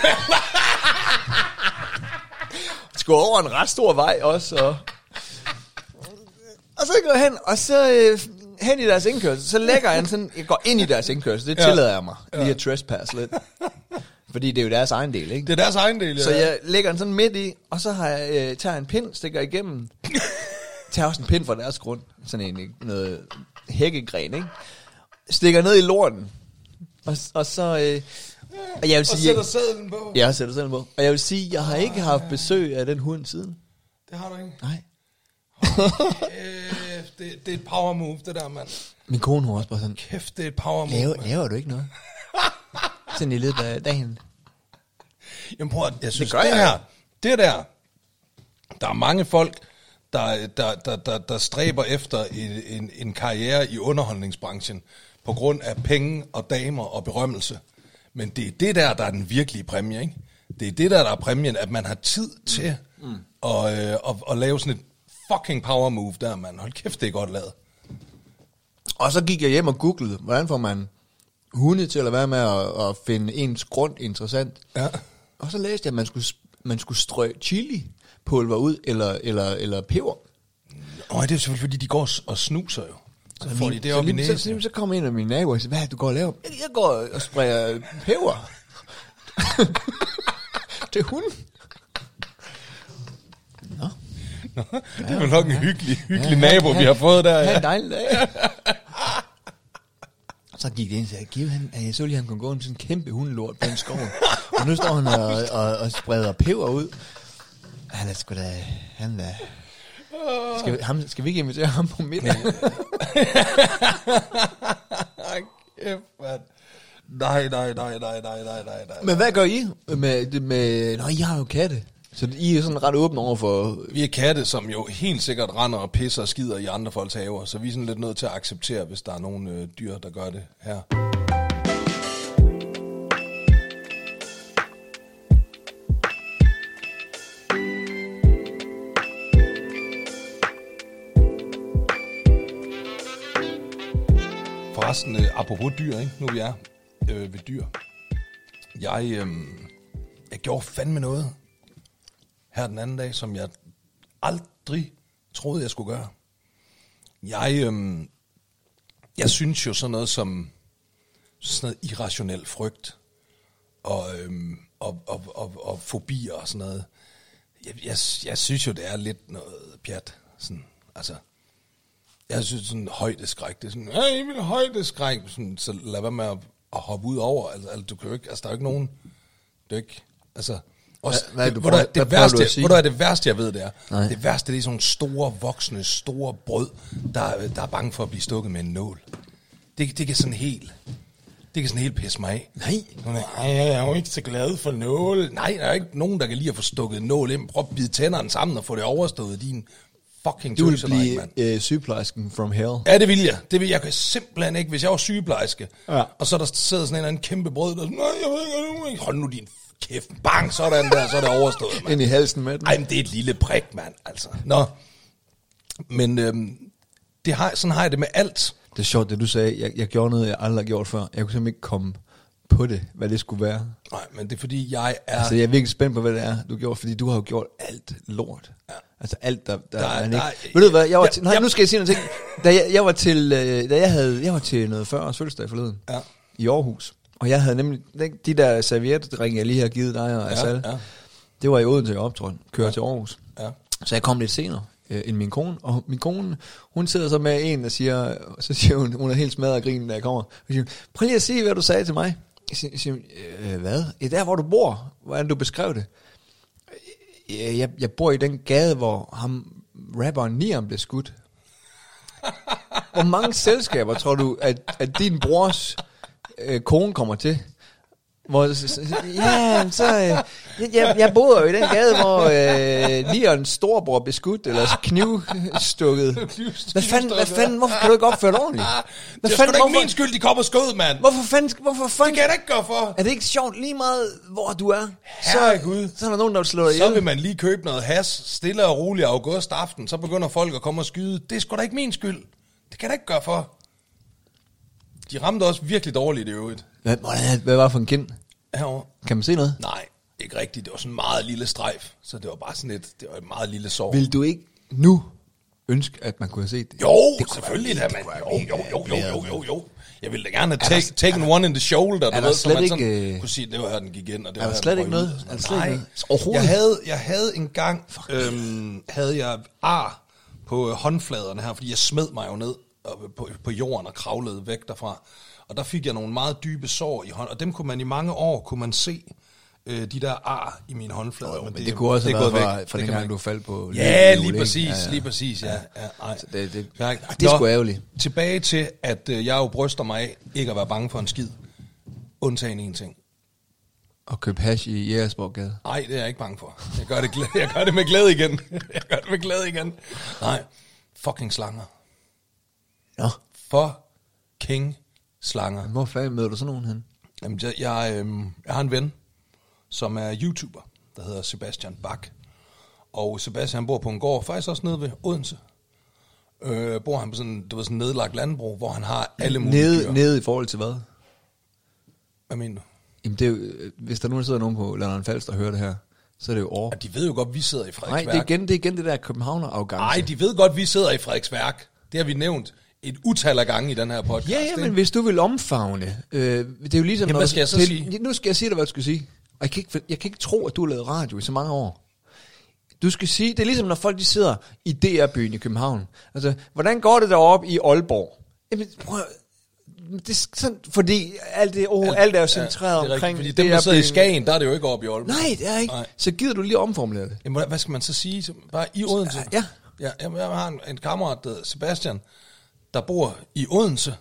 Skulle over en ret stor vej også. Og, og så går jeg hen, og så øh, hen i deres indkørsel, så lægger jeg sådan, jeg går ind i deres indkørsel, det tillader ja. jeg mig, lige ja. at trespass lidt. Fordi det er jo deres egen del, ikke? Det er deres egen del, ja. Så jeg lægger den sådan midt i, og så har jeg, øh, tager en pind, stikker igennem. Tager også en pind fra deres grund. Sådan en, ikke? Noget hækkegren, ikke? Stikker ned i lorten. Og, og så... Øh, og, jeg vil sige, og sætter sædlen på. Ja, sætter sædlen på. Og jeg vil sige, jeg har ikke haft besøg af den hund siden. Det har du ikke? Nej. øh, det, det er et power move, det der, mand. Min kone har også bare sådan... Kæft, det er et power move, Laver, laver du ikke noget? Sådan i løbet af dagen. Jamen prøv at, jeg synes, det, det, det her, det der, der er mange folk, der, der, der, der, der stræber efter en, en, en karriere i underholdningsbranchen, på grund af penge og damer og berømmelse. Men det er det der, der er den virkelige præmie, ikke? Det er det der, der er præmien, at man har tid til mm. at, øh, at, at lave sådan et fucking power move der, man. Hold kæft, det er godt lavet. Og så gik jeg hjem og googlede, hvordan får man hunde til at være med at, at finde ens grund interessant. Ja. Og så læste jeg, at man skulle, man skulle strø chili-pulver ud, eller, eller, eller peber. Åh, det er selvfølgelig, fordi de går og snuser jo. Så får de det så, op i lige, så, næsen. så, så kommer en af mine naboer og siger, hvad er det, du går og laver? Jeg, jeg går og sprayer peber. Det er hunden. Nå. Nå, det er vel nok en hyggelig, hyggelig ja, nabo, ja, vi har fået der. Ja, en dejlig dag. Så gik det ind, så jeg, giv han, jeg så lige, han kunne gå en sådan kæmpe hundelort på en skov. Og nu står han og, og, og spreder peber ud. Han er sgu da, han er... Skal, ham, skal vi ikke invitere ham på middag? Kæft, mand. Nej, nej, nej, nej, nej, nej, nej. Men hvad gør I med, med... Nå, I har jo katte. Så I er sådan ret åbne over for... Vi er katte, som jo helt sikkert render og pisser og skider i andre folks haver. Så vi er sådan lidt nødt til at acceptere, hvis der er nogle øh, dyr, der gør det her. Forresten, øh, apropos dyr, ikke? Nu vi er øh, ved dyr. Jeg, øh, jeg gjorde fandme noget her den anden dag, som jeg aldrig troede, jeg skulle gøre. Jeg, øh, jeg synes jo sådan noget som sådan noget irrationel frygt og, øh, og, og, og, og fobier og sådan noget. Jeg, jeg, jeg synes jo, det er lidt noget pjat. Sådan, altså... Jeg synes sådan højdeskræk, det er sådan, hey, jeg vil højdeskræk, sådan, så lad være med at, at hoppe ud over, altså, altså, du kan jo ikke, altså der er jo ikke nogen, det er ikke, altså, også, hvad, hvad det, du hvor prøver, der, det, hvad værste, du at sige? hvor der er det værste, jeg ved, det er, Nej. det værste, det er sådan nogle store, voksne, store brød, der, der er bange for at blive stukket med en nål. Det, det kan sådan helt, det kan sådan helt pisse mig af. Nej. Nej, jeg er jo ikke så glad for nål. Nej, der er ikke nogen, der kan lide at få stukket en nål ind, prøv at bide tænderne sammen og få det overstået, din fucking Du vil tøsedreng, blive øh, sygeplejersken from hell. Ja, det vil jeg. Det vil jeg. Jeg kan simpelthen ikke, hvis jeg var sygeplejerske, ja. og så der sidder sådan en eller anden kæmpe brød, der er sådan, nej, jeg ved ikke, hold nu din kæft, bang, sådan der, så er det overstået, mand. Ind i halsen med den. Ej, men det er et lille prik, mand, altså. Nå, men øhm, det har, sådan har jeg det med alt. Det er sjovt, det du sagde, jeg, jeg gjorde noget, jeg aldrig har gjort før. Jeg kunne simpelthen ikke komme på det, hvad det skulle være. Nej, men det er fordi, jeg er... Altså, jeg er virkelig spændt på, hvad det er, du gjorde, fordi du har jo gjort alt lort. Ja. Altså alt, der, der, der er ikke... Der, Ved du hvad, jeg var ja, til... Nej, ja. nu skal jeg sige noget ting. Da jeg, jeg var til, da jeg havde, jeg var til noget fyrre års fødselsdag forleden. Ja. I Aarhus. Og jeg havde nemlig, de der servietringe, jeg lige har givet dig og Asal, ja, ja. det var i Odense, jeg optrådte, kørte ja. til Aarhus. Ja. Så jeg kom lidt senere. øh, end min kone. Og min kone, hun sidder så med en, der siger, så siger hun, hun er helt smadret af grinen, da jeg kommer. Og siger, prøv lige at sige, hvad du sagde til mig. Jeg siger, jeg siger øh, hvad? Ja, der hvor du bor, hvordan du beskrev det. Jeg, jeg bor i den gade, hvor ham, rapperen Niam blev skudt. Hvor mange selskaber tror du, at, at din brors øh, kone kommer til? Hvor, ja, så... Øh, jeg, jeg boede jo i den gade, hvor øh, Niams storebror blev skudt, eller knivstukket. Hvad fanden, hvad fanden, hvorfor kan du ikke opføre det ordentligt? Hvad det er sgu da ikke min skyld, de kommer og skød, mand. Hvorfor fanden, hvorfor fanden? Det kan jeg da ikke gøre for. Er det ikke sjovt lige meget, hvor du er? Herregud. Så, så er der nogen, der vil slå dig ihjel. Så vil man lige købe noget has, stille og roligt august aften, så begynder folk at komme og skyde. Det er sgu da ikke min skyld. Det kan jeg da ikke gøre for. De ramte også virkelig dårligt i øvrigt. Hvad, hvad, hvad var det for en kind? Herovre. Kan man se noget? Nej, ikke rigtigt. Det var sådan en meget lille strejf. Så det var bare sådan et, det var et meget lille sår. Vil du ikke nu ønske, at man kunne have set det? Jo, det selvfølgelig da, man. Jo, jo, jo, jo, jo, jo, jo. Jeg ville da gerne have take, taken one in the shoulder. Er der der slet man ikke... Sådan, kunne sige, det var her, den gik ind. Og det er var der her, slet den ikke noget? ud, Er der slet Nej, ikke noget? Overhovedet? jeg havde, jeg havde engang, øhm, havde jeg ar på håndfladerne her, fordi jeg smed mig jo ned på, på jorden og kravlede væk derfra. Og der fik jeg nogle meget dybe sår i hånden, og dem kunne man i mange år, kunne man se øh, de der ar i mine håndflader. Jo, men, men det, det kunne også have været fra, fra den gang, du faldt på... Ja, lige præcis, ja, ja. lige præcis, ja. ja, ja det, det, det, ja. det er sgu ærgerligt. Tilbage til, at øh, jeg jo bryster mig af, ikke at være bange for en skid. Undtagen en ting. Og købe hash i Jægersborggade? Nej, det er jeg ikke bange for. Jeg gør det, glæde, jeg gør det med glæde igen. Jeg gør det med glæde igen. Nej, fucking slanger. Ja. Fucking slanger. Hvor fanden møder du sådan nogen hen? Jamen, jeg, jeg, øh, jeg har en ven, som er YouTuber, der hedder Sebastian Bak. Og Sebastian bor på en gård, faktisk også nede ved Odense. Øh, bor han på sådan, du ved, sådan en nedlagt landbrug, hvor han har alle mulige nede, dyr. Nede i forhold til hvad? Hvad mener du? Jamen, det er jo, hvis der nu sidder nogen på Lolland Falster, der hører det her, så er det jo over. Og de ved jo godt, vi sidder i Frederiksværk. Nej, det er igen det, er igen det der københavner-arrogance. Nej, de ved godt, vi sidder i Frederiksværk. Det har vi nævnt et utal af gange i den her podcast. Ja, ja, men hvis du vil omfavne, øh, det er jo ligesom... Jamen, når hvad skal jeg så til, sige? Nu skal jeg sige dig, hvad du skal sige. Og jeg kan, ikke, jeg kan ikke tro, at du har lavet radio i så mange år. Du skal sige, det er ligesom, når folk de sidder i D R-byen i København. Altså, hvordan går det deroppe i Aalborg? Jamen, prøv, det er sådan, fordi alt, det, oh, alt, alt er jo centreret ja, er omkring... Fordi dem, der sidder i Skagen, der er det jo ikke oppe i Aalborg. Nej, det er ikke. Nej. Så gider du lige omformulere det. Jamen, hvad skal man så sige? Bare i Odense? Ja. Ja, jeg har en, en kammerat, der Sebastian, der bor i Odense,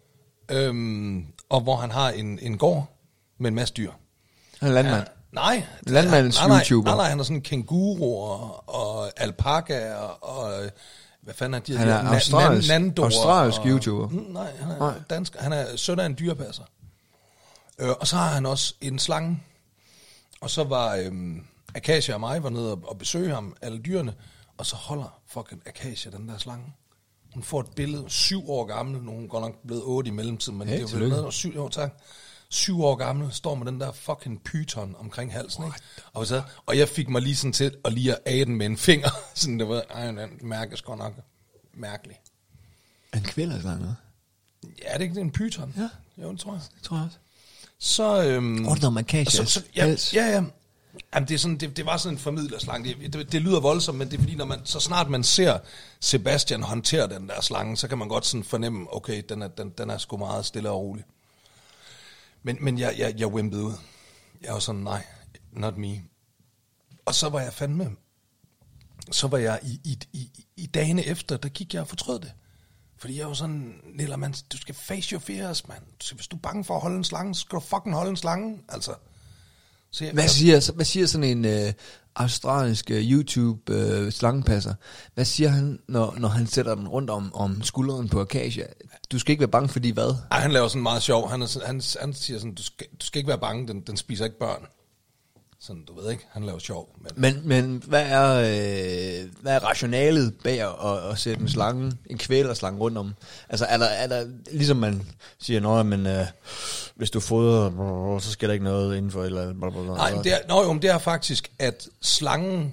øhm, og hvor han har en, en gård med en masse dyr. Han er landmand. Ja, nej. Landmandens nej, nej, YouTuber. Nej, nej, han er sådan en kænguru og, og alpaka og, og hvad fanden er de? Han er na- australsk, nan- australsk og, YouTuber. Mm, nej, han er nej. dansk. Han er søn af en dyrepasser. Øh, og så har han også en slange. Og så var øhm, Akasia og mig var nede og, og besøge ham, alle dyrene, og så holder fucking Akasia den der slange. Hun får et billede, syv år gammel, nu er hun godt nok blevet otte i mellemtiden, men hey, det er jo blevet syv år, tak. Syv år gammel, står med den der fucking python omkring halsen, ikke? Og, så, og jeg fik mig lige sådan til at lige at æde den med en finger, sådan det var, ej, den mærkes godt nok mærkelig. En kvælerslange? Ja, det er ikke en python. Ja. Jo, det tror jeg. Det tror jeg også. Så, øhm... Åh, der er Akasias. Så, så, ja, ja, ja. Jamen, det, er sådan, det, det var sådan en formidlerslange. Det, det, det lyder voldsomt, men det er fordi, når man, så snart man ser Sebastian håndtere den der slange, så kan man godt sådan fornemme, okay, den er, den, den er sgu meget stille og rolig. Men, men jeg, jeg, jeg wimpede ud. Jeg var sådan, nej, not me. Og så var jeg fandme, så var jeg i, i, i, i dagene efter, der gik jeg og fortrød det. Fordi jeg var sådan, Nilla, man, du skal face your fears, man. Hvis du er bange for at holde en slange, så skal du fucking holde en slange, altså. Så jeg, hvad, siger, hvad siger sådan en øh, australsk øh, YouTube-slangepasser? Øh, hvad siger han, når, når han sætter den rundt om, om skulderen på Akasia? Du skal ikke være bange, fordi hvad? Ej, han laver sådan meget sjov. Han, er, han, han siger sådan, du skal, du skal ikke være bange, den, den spiser ikke børn. Sådan, du ved ikke, han laver sjov. Men, men, men hvad, er, øh, hvad er rationalet bag at, at sætte en slange, en kvælerslange rundt om? Altså er der, er der ligesom man siger, nå, men øh, hvis du fodrer, så sker der ikke noget indenfor, eller blablabla. Nej, det er, nå, jo, det er faktisk, at slangen,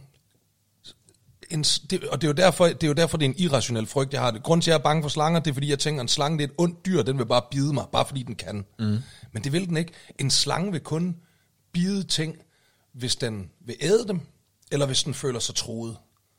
en, det, og det er, jo derfor, det er jo derfor, det er en irrationel frygt, jeg har det. Grunden til, at jeg er bange for slanger, det er, fordi jeg tænker, at en slange det er et ondt dyr, den vil bare bide mig, bare fordi den kan. Mm. Men det vil den ikke. En slange vil kun bide ting, hvis den vil æde dem, eller hvis den føler sig truet.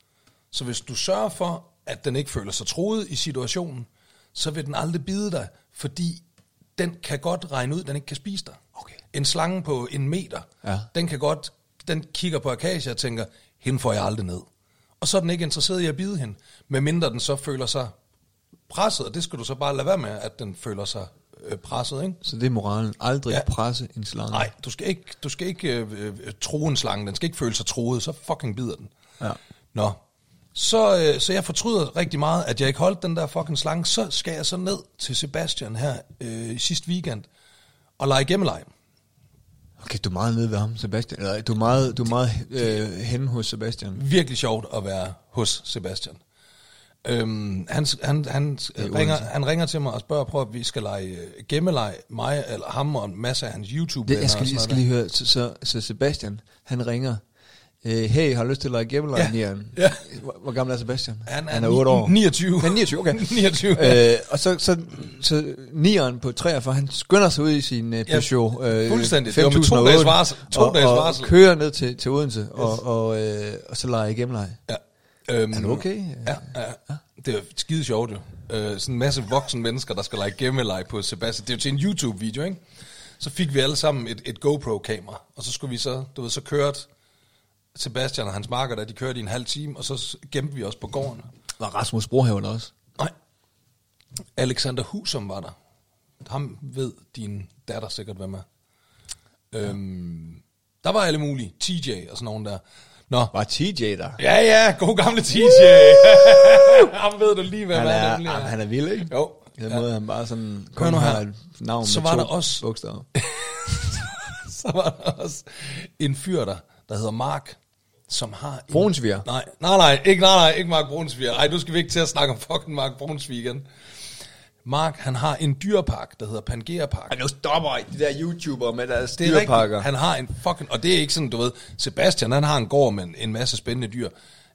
Så hvis du sørger for, at den ikke føler sig truet i situationen, så vil den aldrig bide dig, fordi den kan godt regne ud, at den ikke kan spise dig. Okay. En slange på en meter, ja. den kan godt, den kigger på Acacia og tænker, hende får jeg aldrig ned. Og så er den ikke interesseret i at bide hende, medmindre den så føler sig presset, og det skal du så bare lade være med, at den føler sig øh, presset, ikke? Så det er moralen. Aldrig ja. presse en slange. Nej, du skal ikke, du skal ikke øh, øh, true en slange, den skal ikke føle sig truet, så fucking bider den. Ja. Nå, så, øh, så jeg fortryder rigtig meget, at jeg ikke holdt den der fucking slange, så skal jeg så ned til Sebastian her øh, i sidste weekend, og lege gemmeleg. Okay, du er meget nede ved ham, Sebastian. Eller, du er meget, du er meget øh, henne hos Sebastian. Virkelig sjovt at være hos Sebastian. Øhm, han, han, han, ringer, han ringer til mig og spørger, prøv at vi skal lege gemmeleg, mig eller ham og en masse af hans YouTube-venner. Jeg skal, lige, jeg skal lige høre, så, så, så Sebastian, han ringer, øh, hey, har du lyst til at lege gemmeleg? Ja. Ja. Hvor, hvor gammel er Sebastian? Han er, han er otte år. niogtyve. Han er niogtyve, okay. niogtyve. øh, og så, så, så nieren på treogfyrre, han skynder sig ud i sin uh, Peugeot øh, fuldstændig, det var med to dages varsel. To og, dages og varsel. kører ned til, til Odense, yes. og, og, øh, og så leger gemmeleg. Ja. Øhm, er du okay? Ja, ja, ja. Det er skide sjovt jo. Øh, sådan en masse voksne mennesker, der skal lege gemmeleg på Sebastian. Det er jo til en YouTube-video, ikke? Så fik vi alle sammen et, et GoPro-kamera, og så skulle vi så, du ved, så kørte Sebastian og hans marker, der de kørte i en halv time, og så gemte vi os på gården. Var Rasmus Brohæver der også? Nej. Alexander Husum var der. Ham ved din datter sikkert, hvem er. Ja. Øhm, der var alle mulige. T J og sådan nogen der. Nå. Var T J der? Ja, ja, god gamle T J. Ham ved du lige, hvad han er. er, Nemlig, er. Han er vild, ikke? Jo. Den måde, han bare sådan... Hør nu her. Et navn så med var to der også, bogstaver. så var der også en fyr der, der hedder Mark, som har... Brunsviger? Nej, nej, nej, ikke, nej, nej, ikke Mark Brunsviger. Ej, du skal vi ikke til at snakke om fucking Mark Brunsviger igen. Mark, han har en dyrpark, der hedder Pangea Park. Og nu stopper de der YouTuber med deres det er dyrparker. Rigtigt. Han har en fucking... Og det er ikke sådan, du ved... Sebastian, han har en gård med en masse spændende dyr.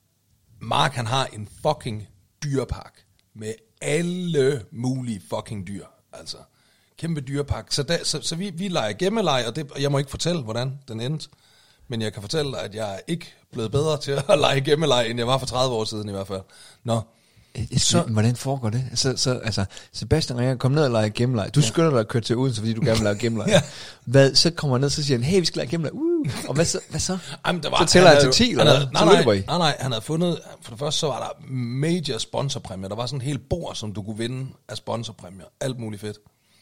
Mark, han har en fucking dyrpark med alle mulige fucking dyr. Altså, kæmpe dyrpark. Så, der, så, så vi, vi leger gemmeleg, og, det, og jeg må ikke fortælle, hvordan den endte. Men jeg kan fortælle dig, at jeg er ikke blevet bedre til at lege gemmeleg, end jeg var for tredive år siden i hvert fald. Nå. Så, hvordan foregår det? Så, så, altså, Sebastian ringer, kom ned og lege gemmeleg. Du ja. skynder dig at køre til Odense, fordi du gerne vil lege gemmeleg. Ja. Hvad, så kommer han ned, så siger han, hey, vi skal lege gemmeleg. Uh, og hvad så? Hvad så? Jamen, der var, så tæller han jeg til ti, eller hvad? Nej, nej, nej, nej, nej, han havde fundet, for det første så var der major sponsorpræmier. Der var sådan en hel bord, som du kunne vinde af sponsorpræmier. Alt muligt fedt.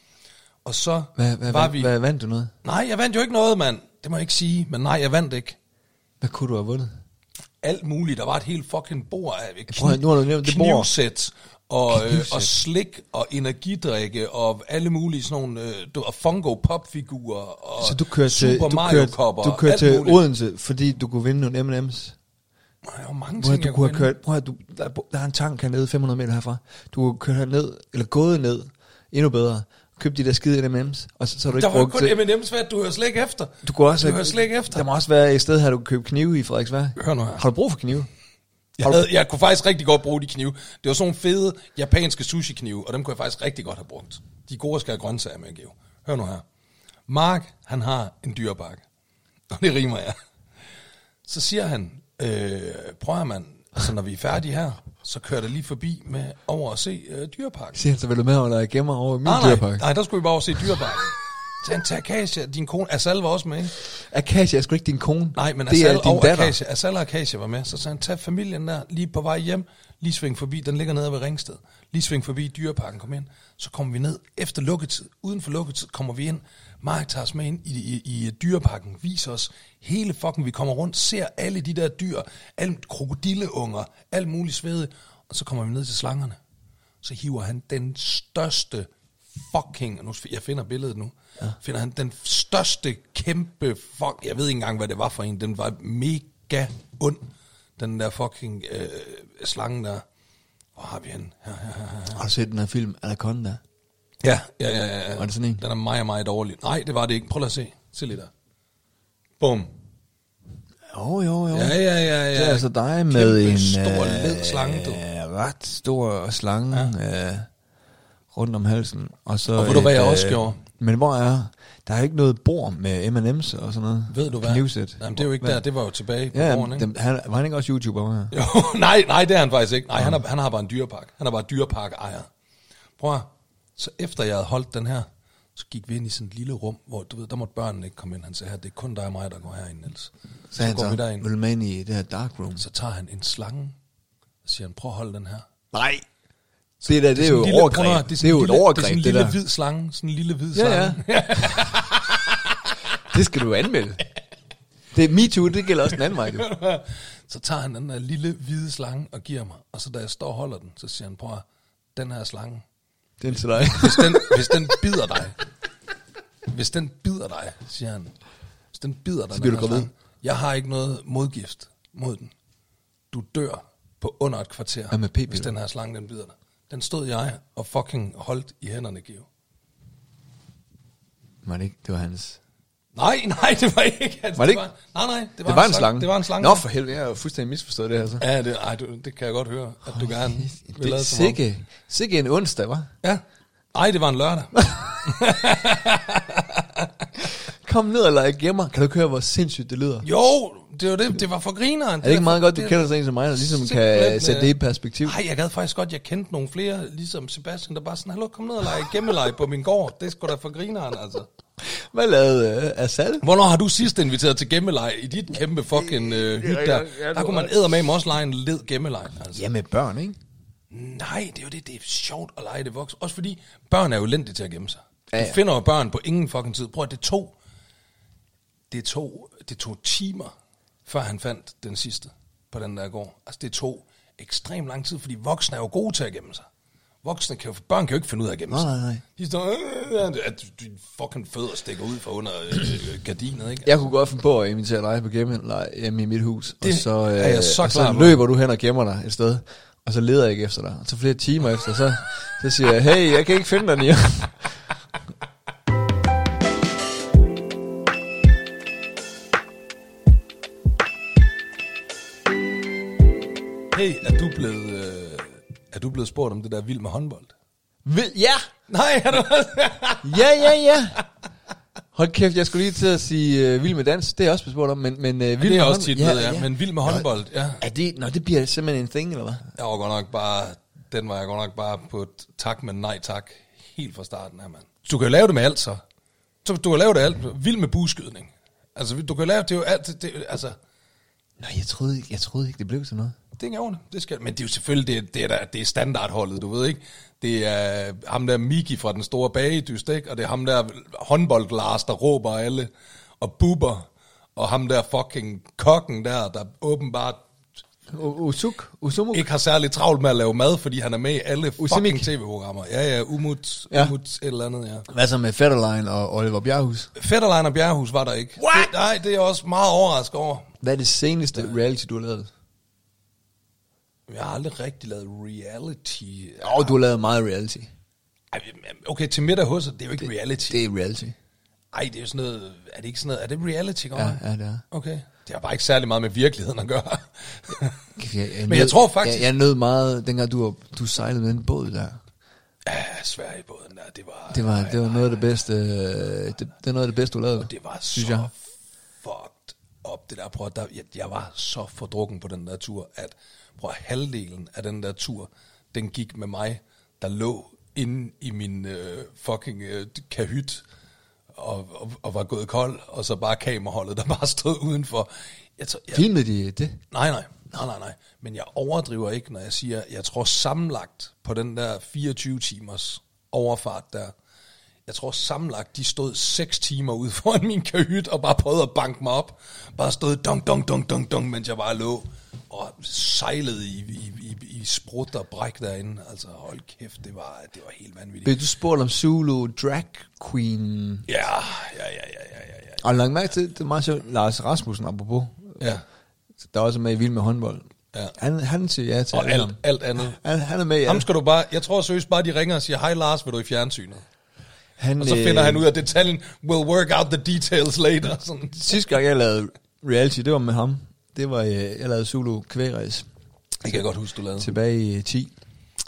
Og så hvad, hvad, var hvad, vi... Hvad vandt du noget? Nej, jeg vandt jo ikke noget, mand. Det må jeg ikke sige, men nej, jeg vandt ikke. Hvad kunne du have vundet? Alt muligt. Der var et helt fucking bord af kniv, prøv, nu har du nævnt det bord. Knivsæt. Og, øh, og slik og energidrikke og alle mulige sådan nogle øh, du, og Funko Pop-figurer og så du kører til, Super du Mario-kopper. Du kører til muligt. Odense, fordi du kunne vinde nogle M and M's. Nej, der var mange prøv, ting, du jeg kunne kunne have kørt, prøv, du, der, der er en tank hernede, fem hundrede meter herfra. Du kunne køre herned, eller gået ned, endnu bedre. Køb de der skide M and M's, og så, så har du ikke der brugt var kun M and M's, hvad du hører slet ikke efter. Du, kunne også du have, hører slet ikke efter. Der må også være et sted her, du kan købe knive i Frederiksværk. Hør nu her. Har du brug for knive? Jeg, havde, jeg kunne faktisk rigtig godt bruge de knive. Det var sådan nogle fede japanske sushi-knive, og dem kunne jeg faktisk rigtig godt have brugt. De gode skal have grøntsager med, Geo. Hør nu her. Mark, han har en dyrepark. Og det rimer jeg. Så siger han, øh, prøv at man, altså når vi er færdige her, så kører det lige forbi med over at se øh, dyreparken. Siger han, så vil du med over, der gemmer over i min nej, dyrepark? Nej, nej, der skulle vi bare over se dyreparken. Så han tager Acacia, din kone, Asal var også med, ikke? Acacia er sgu ikke din kone. Nej, men det Asal er din og datter. Acacia, Asal og Acacia var med, så sagde han, tag familien der, lige på vej hjem, lige sving forbi, den ligger nede ved Ringsted, lige sving forbi dyreparken, kom ind, så kommer vi ned, efter lukketid, uden for lukketid, kommer vi ind, Mark tager os med ind i, i, i dyreparken, viser os hele fucking, vi kommer rundt, ser alle de der dyr, alle krokodilleunger, alt muligt svede, og så kommer vi ned til slangerne, så hiver han den største fucking, nu jeg finder billedet nu, ja. Finder han den største kæmpe fuck, jeg ved ikke engang hvad det var for en, den var mega ond, den der fucking øh, slange der. Hvor har vi den? Her, her, her, her. Har du set den her film Anaconda? Ja, ja, ja, ja. Var det sådan en? Den er meget, meget dårlig. Nej, det var det ikke. Prøv at se. Se lige der. Bum. Jo, jo, jo. Ja, ja, ja, ja. Det er altså dig med kæmpe en stor led slange, du. Øh, ret stor slange. Ja. Øh, rundt om halsen. Og så og ved du hvad jeg øh, også gjorde? Men hvor er... Der er jo ikke noget bord med M and M's og sådan noget. Ved du hvad? Knivsæt. Jamen, det er jo ikke hvad? der, det var jo tilbage på Ja, gården, ikke? dem, han, var han ikke også YouTuber her? Jo, nej, nej, det er han faktisk ikke. Nej, han, er, han har bare en dyrepark. Han er bare dyrepark-ejer. Prøv at, så efter jeg havde holdt den her, så gik vi ind i sådan et lille rum, hvor du ved, der måtte børnene ikke komme ind. Han sagde, det er kun dig og mig, der går herind, Niels. Så, Så han går vi så, derind. vil med ind i det her dark room. Så tager han en slange, og siger han, prøv at holde den her. Nej. Det der, det er sådan jo en lille- overgreb. prøv at høre, Det er jo et lille- overgreb, Det er sådan en det lille der. hvid slange. Sådan en lille hvid Ja, slange. ja. Det skal du anmelde. Det er MeToo, det gælder også den anden vej. Du. Så tager han den der lille hvide slange og giver mig. Og så da jeg står og holder den, så siger han, prøv at, den her slange, Den til dig. hvis den, hvis den bider dig, hvis den bider dig, siger han, hvis den bider dig, Så bliver den du her gravid. slange, jeg har ikke noget modgift mod den. Du dør på under et kvarter, Ja, med p-piller. hvis den her slange, den bider dig. Den stod jeg og fucking holdt i hænderne, Geo. Var det ikke? Det var hans... Nej, nej, det var ikke. Altså, Var det ikke? Var, nej, nej, det var, Det var en slange. Det var en slange. Nå for helvede, jeg har jo fuldstændig misforstået det her så. Ja, det, ej, du, det kan jeg godt høre, at du gerne vil Det er lade som om. sikke, sikke en onsdag, hva'? Ja. Ej, det var en lørdag. Kom ned og lege gemmer. Kan du ikke høre, hvor sindssygt det lyder? Jo, det var det. Det var for grineren. Er det ikke meget godt, du kender sådan en som mig, der ligesom kan simpelthen, sætte det i perspektiv? Nej, jeg gad faktisk godt, jeg kendte nogle flere, ligesom Sebastian, der bare sådan, hallo, kom ned og lege gemmeleje på min gård. Det er sgu da for grineren, altså. Hvad lavede uh, Asal? Hvornår har du sidst inviteret til gemmeleje i dit kæmpe fucking øh, hyt der? Der kunne man eddermame også lege en led gemmeleje, altså. Ja, med børn, ikke? Nej, det er jo det, det er sjovt at lege det voks. Også fordi børn er jo elendige til at gemme sig. Du Ja, ja. finder jo børn på ingen fucking tid. Prøv at det tog, det tog, det tog timer, før han fandt den sidste på den der gård. Altså det tog ekstremt lang tid, fordi voksne er jo gode til at gemme sig. Voksne kan jo, børn kan jo ikke finde ud af at gemme Nej, sig. nej, nej. De står, øh, at din fucking fødder stikker ud fra under øh, gardinet, ikke? Jeg kunne godt finde på at invitere dig på gemmeleje hjemme i mit hus. Det og så, øh, er jeg så og klar så på. løber du hen og gemmer dig et sted. Og så leder jeg ikke efter dig. Og så flere timer efter, så, så siger jeg, hey, jeg kan ikke finde dig, Nia. Hey, er du blevet, øh, er du blevet spurgt om det der vild med håndbold? Vil, ja! Nej, er du Ja, ja, ja! Hold kæft, jeg skulle lige til at sige uh, vild med dans. Det er jeg også blevet spurgt om, men, men uh, vild Det med er også håndbold- tit, ja, ved jeg, men vild med håndbold, ja. Er det, nå, det bliver simpelthen en thing, eller hvad? Jeg var godt nok bare, den var jeg godt nok bare på et tak, men nej tak, helt fra starten af, mand. Du kan jo lave det med alt, så. Så du kan lave det alt. Vild med bueskydning. Altså, du kan lave det er jo alt, det, det, altså, Nå, jeg troede, ikke, jeg troede ikke, det blev sådan noget. det er ikke ordentligt, det skal, men det er jo selvfølgelig, det, det, er, der, det er standardholdet, du ved ikke. Det er ham der Miki fra den store bagedyst, ikke? Og det er ham der håndbold-Lars, der råber alle, og buber, og ham der fucking kokken der, der åbenbart Usuk? Usumuk? ikke har særlig travlt med at lave mad, fordi han er med i alle Usimik. fucking tv-programmer. Ja, ja, Umut, Ja. Umut et eller andet, ja. Hvad så med Fetterlein og Oliver Bjerghus? Fetterlein og Bjerghus var der ikke. What? Det, nej, det er jeg også meget overrasket over. Hvad er det seneste reality, du har lavet? Jeg har aldrig rigtig lavet reality. Åh, oh, du har lavet meget reality. Ej, okay, til middag hos det er jo ikke det, reality. Det er reality. Ej, det er jo sådan noget, er det ikke sådan noget, er det reality, godt? Ja, ja, det er. Okay. Det har bare ikke særlig meget med virkeligheden at gøre. Jeg, jeg Men nød, jeg tror faktisk... Jeg, jeg nød meget, dengang du, var, du sejlede med den båd der. Ja, Sverigebåden der, det var... Det var, nej, det var nej, noget af det bedste, øh, det, det er noget af det bedste, du lavede. det var synes så jeg. fucked up, det der. Prøv, at- der jeg, jeg var så fordrukken på den der tur, at prøv, at halvdelen af den der tur, den gik med mig, der lå inde i min øh, fucking øh, kahyt, og, og, og var gået kold, og så bare kameraholdet, der bare stod udenfor. Jeg, tror, jeg, Filmede de det? Nej, nej, nej, nej, nej. Men jeg overdriver ikke, når jeg siger, jeg tror sammenlagt på den der fireogtyve timers overfart der, jeg tror sammenlagt, de stod seks timer ude foran min kahyt og bare prøvede at banke mig op. Bare stod dong, dong, dong, dong, dong, mens jeg bare lå og sejlede i, i, i, i sprut og bræk derinde. Altså hold kæft, det var, det var helt vanvittigt. Blev du spurgt om Zulu Drag Queen? Ja, ja, ja, ja, ja, ja, ja. Og lagt mærke til, det er meget sjovt, Lars Rasmussen, apropos, Ja, der er også med i Vild med håndbold. ja. Han, han siger ja til Og alle alt, sammen. alt andet. Han, han er med i Ham alt. skal du bare, jeg tror seriøst bare, de ringer og siger, hej Lars, vil du i fjernsynet? Han, Og så finder han ud af detaljen, we'll work out the details later. Sådan. Sidste gang, jeg lavede reality, det var med ham. Det var, øh, jeg lavede Zulu Kvægræs Det kan jeg godt huske, du lavede. tilbage i ti.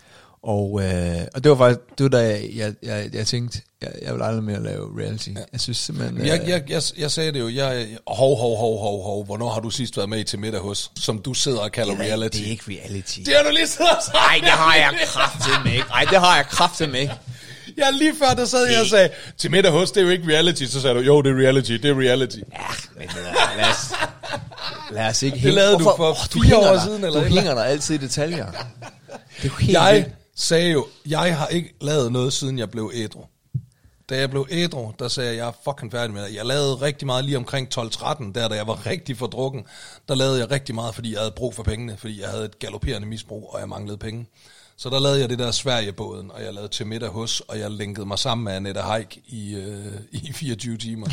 Og, øh, og det var faktisk, det var da jeg, jeg, jeg, jeg tænkte, jeg, jeg vil aldrig mere lave reality. Ja. Jeg synes simpelthen... Øh, Jeg, jeg, jeg, jeg sagde det jo, jeg, hov, hov, hov, hov, hov, hvornår har du sidst været med i Til Middag Hos, som du sidder og kalder det er, reality? Det er ikke reality. Det har du lige siddet og sagt. Nej, det har jeg kraftedeme ikke. Nej, det har jeg kraftedeme ikke. Ja, lige før der sad jeg og sagde, Til Middag Hos, det er jo ikke reality. Så sagde du, jo, det er reality, det er reality. Ja, men lad os, lad os ikke... Det lavede Hvorfor? du for oh, du fire år dig, siden, eller Du eller? hænger dig altid i detaljer. Det er jo helt Jeg vildt. sagde jo, jeg har ikke lavet noget, siden jeg blev ædru. Da jeg blev ædru, der sagde jeg, jeg er fucking færdig med det. Jeg lavede rigtig meget lige omkring tolv tretten, der da jeg var rigtig fordrukken. Der lavede jeg rigtig meget, fordi jeg havde brug for pengene, fordi jeg havde et galopperende misbrug, og jeg manglede penge. Så der lavede jeg det der Sverigebåden, og jeg lavede Til Middag Hos, og jeg linkede mig sammen med Annette Haik i, øh, i fireogtyve timer.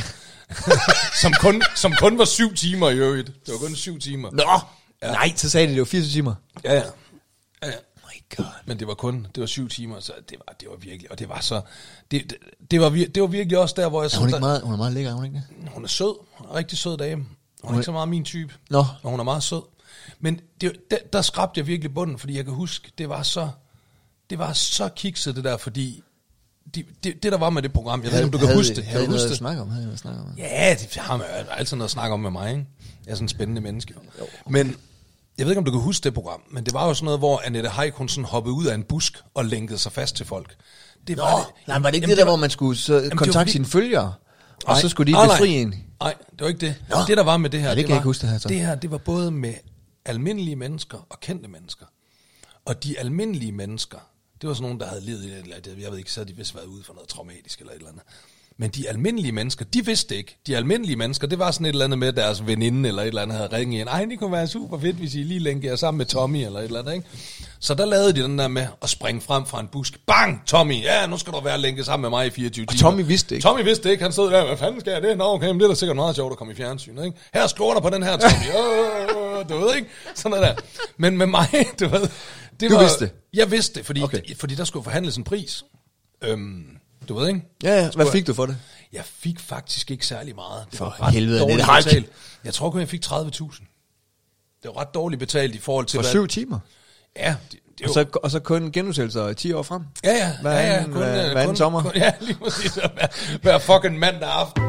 som, kun, som kun var syv timer i øvrigt. Det var kun syv timer. Nå, ja. Nej, så sagde de, det var fireogtyve timer. Ja, ja. ja, ja. My God. Men det var kun, det var syv timer, så det var, det var virkelig, og det var så, det, det, det, var, vir- det var virkelig også der, hvor jeg... Er hun, ikke meget, hun er meget lækker, er hun ikke det? Hun er sød, hun er en rigtig sød dame. Hun er ikke så meget min type, Nå. og hun er meget sød. Men det, der, der skrabte jeg virkelig bunden, fordi jeg kan huske, det var så, det var så kikset det der, fordi de, det, det der var med det program, jeg ved ikke, om du kan havde, huske det. Kan havde du noget huske at det? snakke om? Havde noget at snakke om? Ja, det har man jo altid noget at snakke om med mig, ikke? Jeg er sådan en spændende menneske. Jo. Men jeg ved ikke, om du kan huske det program, men det var jo sådan noget, hvor Annette Haik, hun sådan hoppede ud af en busk og lænkede sig fast til folk. Det Nå, var det. nej, var det ikke Jamen, det der, var, hvor man skulle så det kontakte var- sine følgere, og Nej. så skulle de Ah, nej. befri en? Nej, det var ikke det. Nå. Det, der var med det her, Ja, det det, kan jeg var, ikke huske, det her så. det her, det var både med almindelige mennesker og kendte mennesker. Og de almindelige mennesker, det var sådan nogen, der havde levet i det, jeg ved ikke, så havde de vist været ude for noget traumatisk eller et eller andet. Men de almindelige mennesker, de vidste ikke. De almindelige mennesker, det var sådan et eller andet med, deres veninde eller et eller andet havde ringet ind. Ej, det kunne være super fedt, hvis I lige lænker jer sammen med Tommy eller et eller andet, ikke? Så der lavede de den der med at springe frem fra en busk. Bang, Tommy, ja, nu skal du være lænket sammen med mig i fireogtyve timer. Tommy vidste ikke. Tommy vidste ikke, han stod der, hvad fanden skal jeg det? Nå, okay, men det er da sikkert meget sjovt at komme i fjernsynet, ikke? Her skriver der på den her, Tommy. Åh, du ved ikke? Sådan noget der. Men med mig, du ved... Det Du var, vidste det? Jeg vidste det, fordi, Okay. fordi der skulle forhandles en pris. Øhm, du ved ikke? Ja, ja. Hvad fik du for det? Jeg fik faktisk ikke særlig meget. Det For var ret helvede, dårligt det er betalt. Jeg tror kun, jeg fik tredive tusind. Det var ret dårligt betalt i forhold til... For hvad- syv timer? Ja, det, det Og var, så, og så kun genudsendelser ti år frem? ja, ja, Hver ja, ja, anden- kun, hver- øh, hver anden kun, sommer? Kun, ja, lige præcis. Hver, hver fucking mandag aften.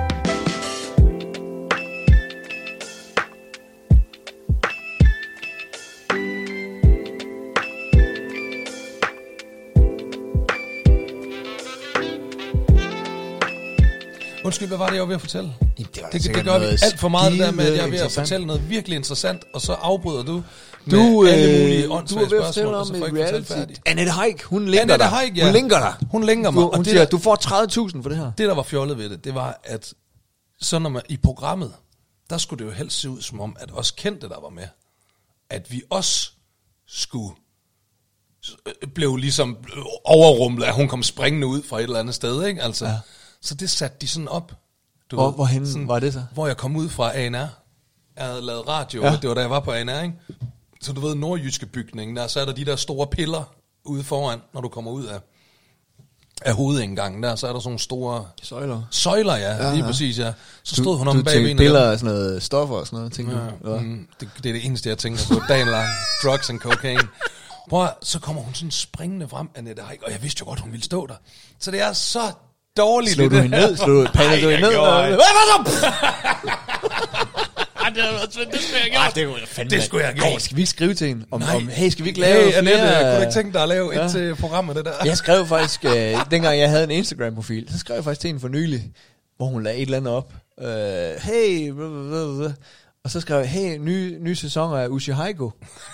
Undskyld, hvad var det, jeg var ved at fortælle? Jamen, det var det, det sikkert gør vi noget alt for meget, det der med, at jeg er ved at skideinteressant. fortælle noget virkelig interessant, og så afbryder du med Du, alle øh, mulige du er åndssvage ved at fortælle spørgsmål, og om så får jeg et ikke fortalt reality. færdigt. Annette Haik, hun linker Annette dig. Haik, ja. Hun linker dig. Hun linker mig, Du, og hun det siger, der- du får tredive tusind for det her. Det, der var fjollet ved det, det var, at så når man, i programmet, der skulle det jo helst se ud som om, at os kendte, der var med, at vi også skulle øh, blev ligesom overrumlet, at hun kom springende ud fra et eller andet sted, ikke? Altså, ja. Så det satte de sådan op. Du Hvor- ved, hvorhenne sådan, var det så? Hvor jeg kom ud fra A N R. Jeg havde lavet radio, Ja. ja. Det var da jeg var på A N R, ikke? Så du ved, nordjyske bygningen, der så er der de der store piller ude foran, når du kommer ud af, af hovedindgangen der, så er der sådan nogle store Søjler. søjler, ja, Ja, ja lige ja. præcis, ja. Så Du, stod hun du om bag tænkte en af billeder dem. af sådan noget stoffer og sådan noget, tænkte du? Ja, Ja. mm, det, det er det eneste, jeg tænker på. Dagen lang. Drugs and cocaine. Prøv at, så kommer hun sådan springende frem, Annette Haik, og jeg vidste jo godt, hun ville stå der. Så det er så dårligt. Slog det du der. hende ned? Slog du, pandede du Nej, hende jeg ned? gjorde ikke. Hvad var så? Ej, det havde været svært. Det skulle jeg have Ej, gjort. det kunne jeg fandme. Det skulle jeg have gjort. Ej, skal vi ikke skrive til hende? Om, Nej. om, hey, skal vi ikke lave Hey, Annette, flere- kunne du ikke tænke dig at lave Ja. et til programmet, det der? Jeg skrev faktisk, øh, dengang jeg havde en Instagram-profil, så skrev jeg faktisk til hende for nylig, hvor hun lagde et eller andet op. Øh, hey, blablabla. Og så skrev jeg, hey, nye, nye sæsoner af Ushi Haiko.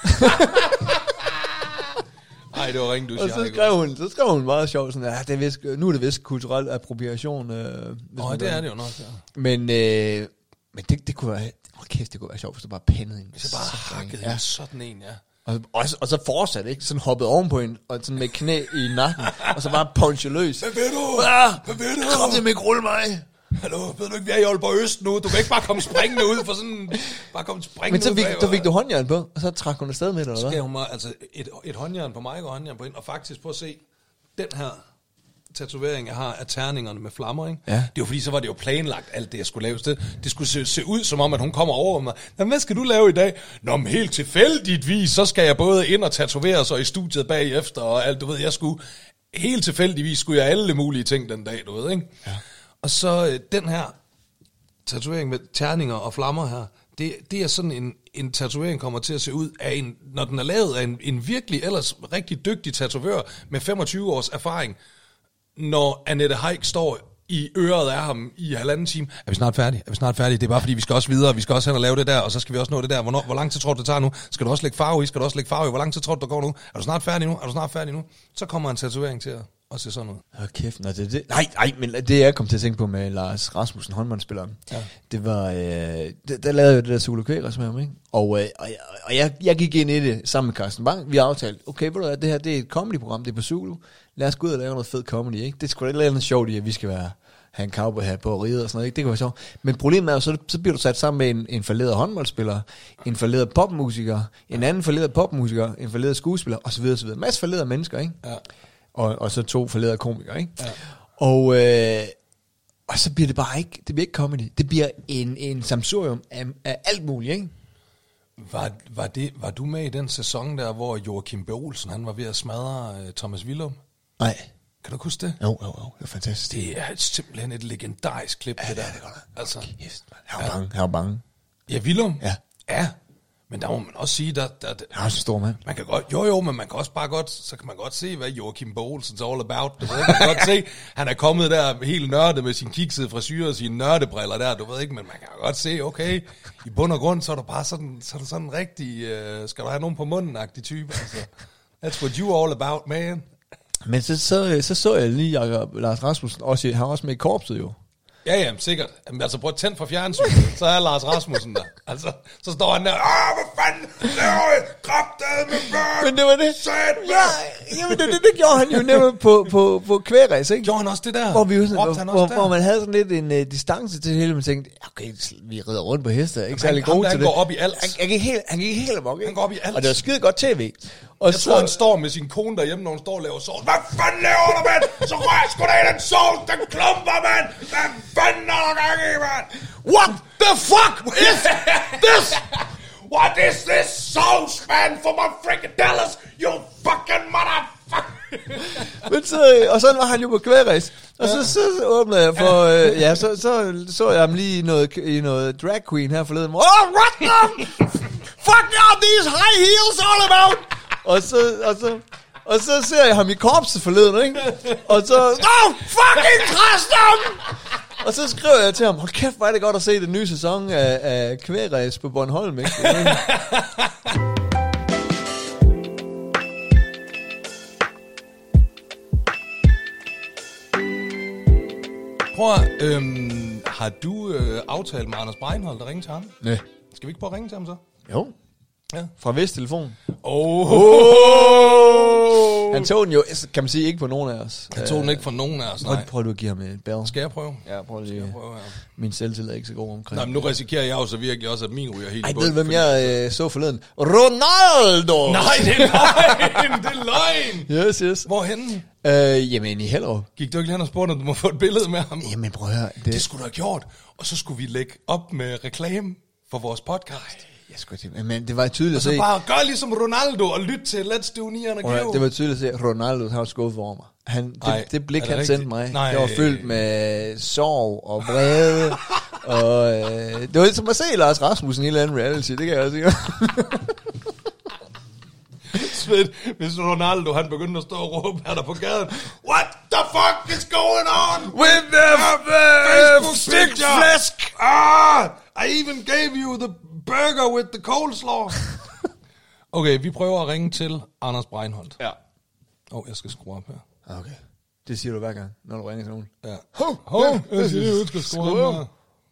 Nej, det var ringen, du Og så skrev hun, så skrev hun meget sjovt, sådan, ja, det er vist, nu er det vist kulturel appropriation. Øh, hvis Åh, man det gør er det jo nok, ja. Men, øh, men det, det kunne være, oh, kæft, det kunne være sjovt, hvis du bare pændede hende. Så bare hakket ja. ja. sådan en, ja. Og, og, og så fortsatte, ikke? Sådan hoppede ovenpå hende, og sådan med knæ i nakken, og så bare punche løs. Hvad ved du? Ah, Hvad ved du? Kom til mig, ikke rulle mig. Hallo, ved du ikke, vi er i Aalborg Øst nu? Du kan ikke bare komme springende ud for sådan... Bare komme springende Men så ud fik, bagud. så fik du håndjern på, og så trak hun afsted med det, eller Så hvad? gav hun mig altså et, et håndjern på mig og håndjern på hende, og faktisk prøv at se, den her, tatovering, jeg har af terningerne med flammer, ikke? Ja. Det var fordi, så var det jo planlagt, alt det, jeg skulle lave. Det, det skulle se, se ud som om, at hun kommer over mig. Nå, hvad skal du lave i dag? Nå, men helt tilfældigvis, så skal jeg både ind og tatovere sig i studiet bagefter, og alt, du ved, jeg skulle... Helt tilfældigvis skulle jeg alle mulige ting den dag, du ved, ikke? Ja. Og så øh, den her tatovering med terninger og flammer her, det, det er sådan en, en tatovering kommer til at se ud af en, når den er lavet af en, en virkelig ellers rigtig dygtig tatovør med femogtyve års erfaring, når Annette Heick står i øret af ham i halvanden time. Er vi snart færdige? Er vi snart færdige? Det er bare fordi, vi skal også videre, vi skal også hen og lave det der, og så skal vi også nå det der. Hvornår, hvor lang tid tror du, det tager nu? Skal du også lægge farve i? Skal du også lægge farve i? Hvor lang tid tror du, der går nu? Er du snart færdig nu? Er du snart færdig nu? Så kommer en tatovering til at, at se sådan ud. Åh, kæft, nej, det, det, nej, nej, men det jeg kom til at tænke på med Lars Rasmussen, håndboldspilleren, ja. det var, øh, det, der lavede jeg det der Zulu Kvægers med ham, ikke? Og, øh, og, jeg, og jeg, jeg gik ind i det sammen med Carsten Bang. Vi aftalte, okay, ved du hvad, det her det er et comedy-program, det er på Zulu. Lad os gå ud og lave noget fed comedy, ikke? Det er sgu da ikke noget sjovt i, at vi skal være... have en cowboy hat på og ride og sådan noget, ikke? Det kan være sjovt. Men problemet er jo, så, så bliver du sat sammen med en, en falderet håndboldspiller, en falderet popmusiker, en anden falderet popmusiker, en falderet skuespiller, osv. osv. En masse falderede mennesker, ikke? Ja. Og, og så to falderede komikere, ikke? Ja. Og, øh, og så bliver det bare ikke, det bliver ikke comedy. Det bliver en, en samsurium af, af alt muligt, ikke? Var, var, det, var du med i den sæson der, hvor Joachim B. Olsen, han var ved at smadre uh, Thomas Willum? Nej. Kan du huske det? Jo, jo, jo. Det er fantastisk. Det er simpelthen et legendarisk klip, ja, det der. Det er godt. Altså, yes, jeg var bange. Jeg var bange. Ja, Willum? Ja. Ja. Men der må man også sige, der... der jeg er også en stor mand. Man kan godt, jo jo, men man kan også bare godt, så kan man godt se, hvad Joachim B. Olsen's all about. Du ved, man kan godt se, han er kommet der helt nørdet med sin kiksede frisyr og sine nørdebriller der, du ved ikke, men man kan godt se, okay, i bund og grund, så er du bare sådan, så er du sådan rigtig, uh, skal du have nogen på munden-agtig type, altså. That's what you all about, man. Men så så, så, så jeg lige Jacob Lars Rasmussen, også, han var også med i korpset jo. Ja, ja, sikkert. Jamen, altså, prøv at tænde for fjernsynet, så er Lars Rasmussen der. Altså, så står han der, åh, hvad fanden, laver jeg? Kraftede med børn! Men det var det. Sæt med! Ja, jamen, det, det, det gjorde han jo nemlig på, på, på kvægræs, ikke? Gjorde han også det der? Hvor, vi jo sådan, hvor, hvor, hvor man havde sådan lidt en uh, distance til det hele, man tænkte, okay, vi rider rundt på heste, ikke særlig gode til det. Han går op i alt. Han, han gik helt, han gik helt amok, ikke? Han går op i alt. Og det var skide godt tv. Og jeg så, tror, han står med sin kone derhjemme, når hun står og laver sovs. Hvad fanden laver du, mand? Så rør sgu da i den sovs, den klumper, mand! Hvad fanden er der gang i, mand? What the fuck is this? What is this sauce, man, for my frikadellas, you fucking motherfucker? Men så, og sådan var han jo på kvægræs. Og ja. så, så, så åbnede jeg for, øh, ja, så, så så jeg ham lige i noget, i noget drag queen her forleden. Oh, what the fuck are these high heels all about? Og så, og så, og så ser jeg ham i korpset forleden, ikke? Og så, oh, fucking Christian! Og så skriver jeg til ham, hold kæft, hvor er det godt at se den nye sæson af, af kvægræs på Bornholm, ikke? Prøv at, øhm, har du øh, aftalt med Anders Breinholt at ringe til ham? Nej. Skal vi ikke prøve at ringe til ham så? Jo. Ja. Fra Vesttelefon. Oh. oh. Han tog den jo, kan man sige, ikke på nogen af os. Han tog den ikke for nogen af os, nej. Prøv, prøv du at give ham et bell. Skal jeg prøve? Ja, prøv lige. Jeg prøve, ja. Min selvtillid er ikke så god omkring. Nej, men nu risikerer jeg jo så virkelig også, at min ryger helt i bund. Ej, ved hvem jeg øh, så forleden? Ronaldo! Nej, det er løgn! Det er løgn! Yes, yes. Hvorhenne? Øh, jamen, i Hellerup. Gik du ikke lige hen og spurgte, om du må få et billede med ham? Jamen, prøv at høre. Det, det skulle du have gjort. Og så skulle vi lægge op med reklame for vores podcast. Ej. Jeg skulle til, men det var tydeligt at se. Og så bare gør ligesom Ronaldo og lyt til Let's Do Nian og Geo. Det var tydeligt at se, at Ronaldo har skuffet over mig. Han, det, Ej, det blik, han sendte mig, Nej. det var fyldt med sorg og vrede. og øh, det var som at se Lars Rasmussen i en eller anden reality, det kan jeg også sige. Svedt, hvis Ronaldo han begyndte at stå og råbe her der på gaden, what the fuck is going on with the Facebook stick flask? Ah, I even gave you the burger with the coleslaw. Okay, vi prøver at ringe til Anders Breinholt. Ja. Åh, oh, jeg skal skrue op her. Okay. Det siger du hver gang, når du ringer til nogen. Ja. Hov, hov, jeg siger, jeg skal skrue op her.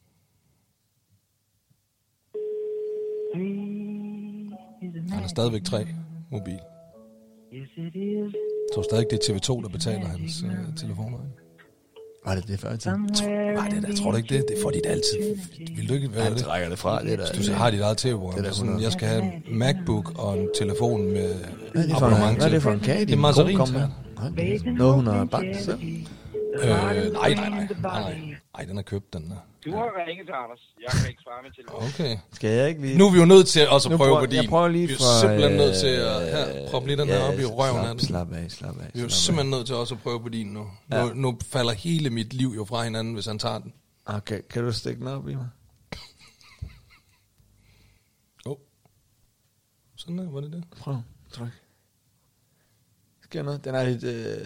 Han er stadigvæk tre mobil. Jeg tror stadig, det er T V to, der betaler hans øh, telefonregning. Var det det før i tiden? Nej, det der, tror du ikke det? Det får de da altid. Vil du ikke være det? Det trækker det fra. Det der, hvis du har dit eget tv-program, sådan, jeg skal have en MacBook og en telefon med hvad er det for en, hvad er det for en kage? Det er Mazarin. Noget, hun har bagt selv? Øh, nej, nej, nej, nej, nej. Ej, den er købt, den der. Du har ringet til Anders. Jeg kan ikke svare med telefonen. Okay. Skal jeg ikke lige... Nu er vi jo nødt til også at Nu prøve prøver- på din. jeg prøver lige Vi er fra, simpelthen nødt øh, til at her, proppe lige den her op i røven af den. Slap af, slap af. Vi er jo slap af. simpelthen nødt til også at prøve på din nu. Ja. Nu, nu falder hele mit liv jo fra hinanden, hvis han tager den. Okay, kan du stikke den op i mig? Åh. Oh. Sådan der, var det det? Prøv, tryk. Sker noget? Den er lidt... Øh...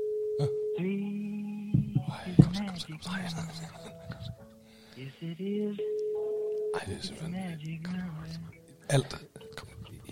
Ej, kom så, kom så, kom så. Ej, kom så, kom så, kom så. Ej, det er simpelthen... Kom, kom, kom. Alt. Kom.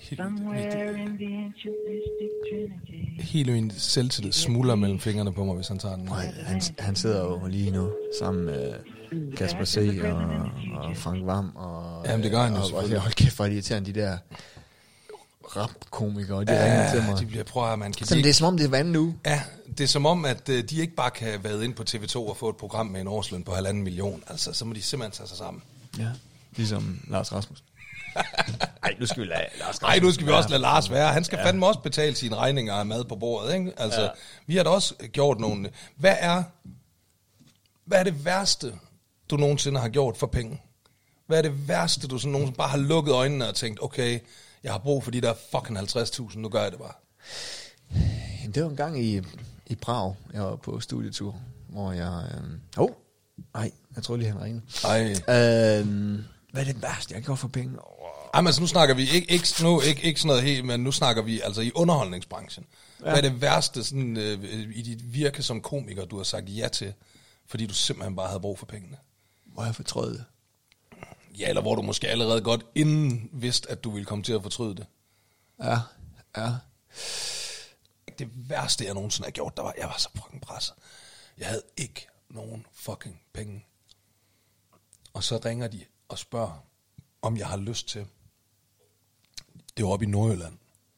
Helt, hele min selvtillid smuldrer mellem fingrene på mig, hvis han tager den. Nej, han, han sidder jo lige nu sammen med Kasper C. og, og Frank Vam. Og, Jamen, det gør han jo og, og, selvfølgelig. og hold kæft, hvor er de irriterende, de der rap-komikere, de Ja, ringer til mig. de bliver prøvet, at man kan... Sådan, det er som om, det er vand nu. Ja, det er som om, at øh, de ikke bare kan være ind på T V to og få et program med en årsløn på halvanden million. Altså, så må de simpelthen tage sig sammen. Ja, ligesom Lars Rasmussen. Ej, nu skal vi lade Lars Rasmussen. Nej, nu skal vi også lade Lars være. Han skal ja. fandme også betale sine regninger af mad på bordet, ikke? Altså, ja. Vi har da også gjort nogle... Hvad er, hvad er det værste, du nogensinde har gjort for penge? Hvad er det værste, du sådan nogensinde bare har lukket øjnene og tænkt, okay, jeg har brug for de der fucking halvtreds tusind, nu gør jeg det bare. Det var en gang i, i Prag, jeg var på studietur, hvor jeg... Åh, øh... oh, nej, jeg tror lige, han ringede. Ej. Øh, hvad er det værste, jeg gør for penge? Jamen, altså, nu snakker vi ikke, ikke, nu, ikke, ikke sådan noget helt, men nu snakker vi altså i underholdningsbranchen. Ja. Hvad er det værste sådan, øh, i dit virke som komiker, du har sagt ja til, fordi du simpelthen bare havde brug for pengene? Hvor jeg fortrød det. Ja, eller hvor du måske allerede godt inden vidste, at du ville komme til at fortryde det. Ja, ja. Det værste, jeg nogensinde har gjort, der var, jeg var så fucking presset. Jeg havde ikke nogen fucking penge. Og så ringer de og spørger, om jeg har lyst til. Det var oppe i Nordjylland.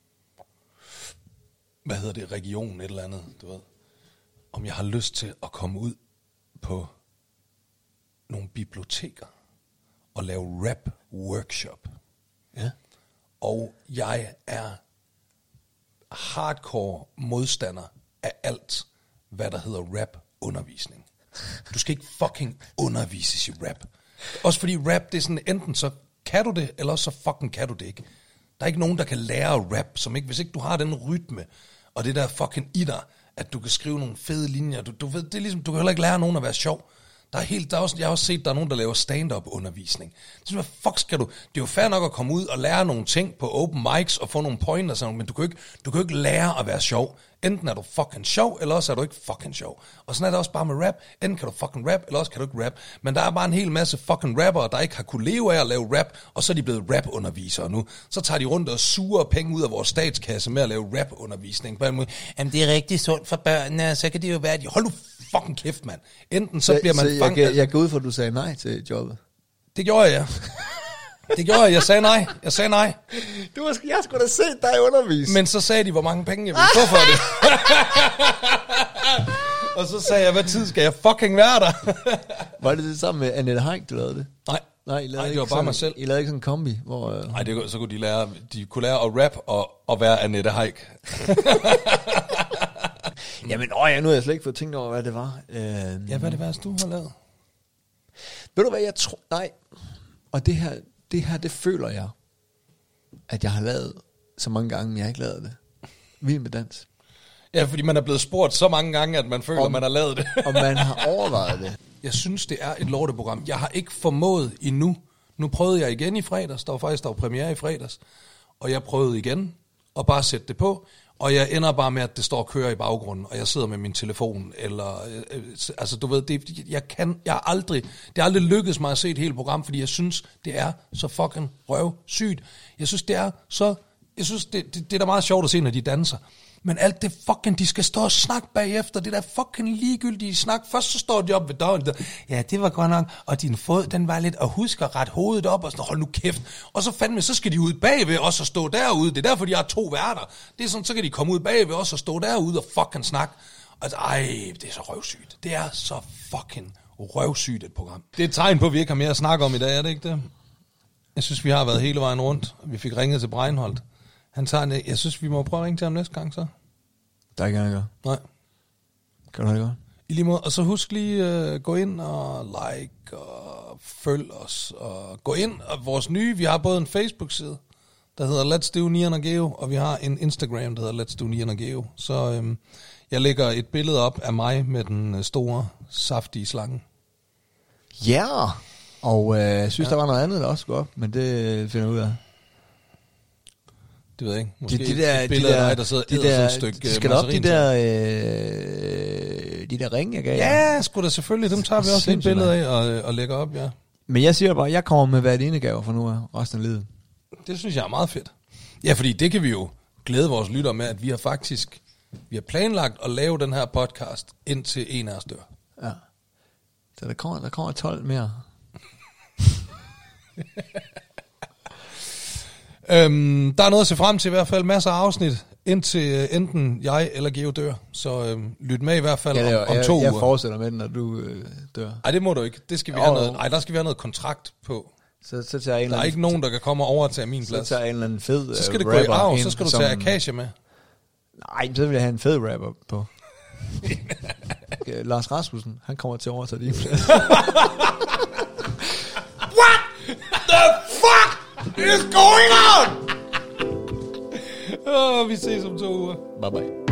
Hvad hedder det? Region et eller andet, du ved. Om jeg har lyst til at komme ud på nogle biblioteker og lave rap-workshop. Ja. Og jeg er hardcore modstander af alt, hvad der hedder rap-undervisning. Du skal ikke fucking undervises i rap. Også fordi rap, det er sådan, enten så kan du det, eller så fucking kan du det ikke. Der er ikke nogen, der kan lære rap, som ikke, hvis ikke du har den rytme, og det der fucking i dig, at du kan skrive nogle fede linjer. Du, du ved, det er ligesom, du kan heller ikke lære nogen at være sjov. Der er helt, der er også, jeg har også set, der er nogen, der laver stand-up undervisning. Det er, hvad fuck skal du? Det er jo fair nok at komme ud og lære nogle ting på open mics og få nogle pointers, men du kan jo ikke, du kan jo ikke lære at være sjov. Enten er du fucking sjov, eller også er du ikke fucking sjov. Og sådan er det også bare med rap. Enten kan du fucking rap, eller også kan du ikke rap. Men der er bare en hel masse fucking rappere, der ikke har kunne leve af at lave rap, og så er de blevet rap-undervisere nu. Så tager de rundt og suger penge ud af vores statskasse med at lave rap-undervisning. Jamen det er rigtig sundt for børnene, så kan det jo være, at de... Hold nu fucking kæft, mand. Enten så, så bliver man så fanget... Jeg, jeg går ud for, at du sagde nej til jobbet. Det gjorde jeg, ja. Det gjorde jeg. Jeg sagde nej. Jeg sagde nej. Du var, jeg skulle da se dig undervise. Men så sagde de, hvor mange penge jeg ville få for det. Og så sagde jeg, hvad tid skal jeg fucking være der? Var det det sammen med Annette Haik, du lavede det? Nej. Nej, I lavede Nej, det ikke var bare sådan, mig selv. I lavede ikke sådan en kombi, hvor... Øh... Nej, det, så kunne de lære, de kunne lære at rap og, og være Annette Haik. Jamen, åh, ja, nu har jeg slet ikke fået tænkt over, hvad det var. Øh... Ja, hvad er det værste, du har lavet? Ved du hvad, jeg tror... Nej. Og det her, det her, det føler jeg, at jeg har lavet så mange gange, men jeg har ikke lavet det. Vild med dans. Ja, fordi man er blevet spurgt så mange gange, at man føler, at man har lavet det. Og man har overvejet det. Jeg synes, det er et lorteprogram. Jeg har ikke formået endnu. Nu prøvede jeg igen i fredags. Der var faktisk der var premiere i fredags. Og jeg prøvede igen at bare sætte det på. Og jeg ender bare med, at det står og kører i baggrunden, og jeg sidder med min telefon, eller, øh, altså du ved, det, jeg kan, jeg har aldrig, det har aldrig lykkedes mig at se et helt program, fordi jeg synes, det er så fucking røvsygt. Jeg synes, det er så, jeg synes, det, det, det er da meget sjovt at se, når de danser. Men alt det fucking, de skal stå og snakke bagefter, det der fucking ligegyldige snak. Først så står de op ved døren, der, ja, det var godt nok, og din fod, den var lidt, og husk at rette hovedet op, og sådan, hold nu kæft. Og så fandme, så skal de ud bagved os og stå derude. Det er derfor, de har to værter. Det er sådan, så kan de komme ud bagved os og stå derude og fucking snakke. Altså, ej, det er så røvsygt. Det er så fucking røvsygt et program. Det er et tegn på, at vi ikke har mere at snakke om i dag, er det ikke det? Jeg synes, vi har været hele vejen rundt. Vi fik ringet til Breinholt. Han tager en, jeg synes, vi må prøve at ringe til ham næste gang, så. Der er ikke andet at gøre. Nej. Kan du have det godt? I lige måde. Og så husk lige uh, gå ind og like og følg os. Og gå ind og vores nye, vi har både en Facebook-side, der hedder Let's Do Nian og Geo, og vi har en Instagram, der hedder Let's Do Nian og Geo. Så øhm, jeg lægger et billede op af mig med den store, saftige slange. Ja, yeah. Og øh, jeg synes, ja. der var noget andet, der også skulle op, men det finder jeg ud af. Det ved jeg ikke. Måske de, de der, et billede de der, af dig, der sidder de og der, sådan et stykke skal der op de der, øh, de der ringe, jeg gav? Ja, sgu da selvfølgelig. Dem tager vi også et billede af og, og lægger op, ja. Men jeg siger bare, jeg kommer med hvert ene gave fra nu af resten af livet. Det synes jeg er meget fedt. Ja, fordi det kan vi jo glæde vores lyttere med, at vi har faktisk vi har planlagt at lave den her podcast, indtil en af os dør. Ja. Så der kommer, der kommer tolv mere. øhm, der er noget at se frem til i hvert fald. Masser af afsnit, indtil enten jeg eller Geo dør. Så øhm, lyt med i hvert fald ja, om, om jeg, to jeg uger. Jeg fortsætter med den, når du øh, dør. Nej, det må du ikke. Det skal vi oh. have noget. Nej, der skal vi have noget kontrakt på. Så, så tager en der er ikke nogen, der kan komme og overtage min plads. Så tager en eller anden fed Så skal det gå i arv, så skal du tage Akasia med. Nej, så vil jeg have en fed rapper på. Lars Rasmussen, han kommer til at overtage din plads. What the fuck is going on? Oh, vi ses om to uger. Bye bye.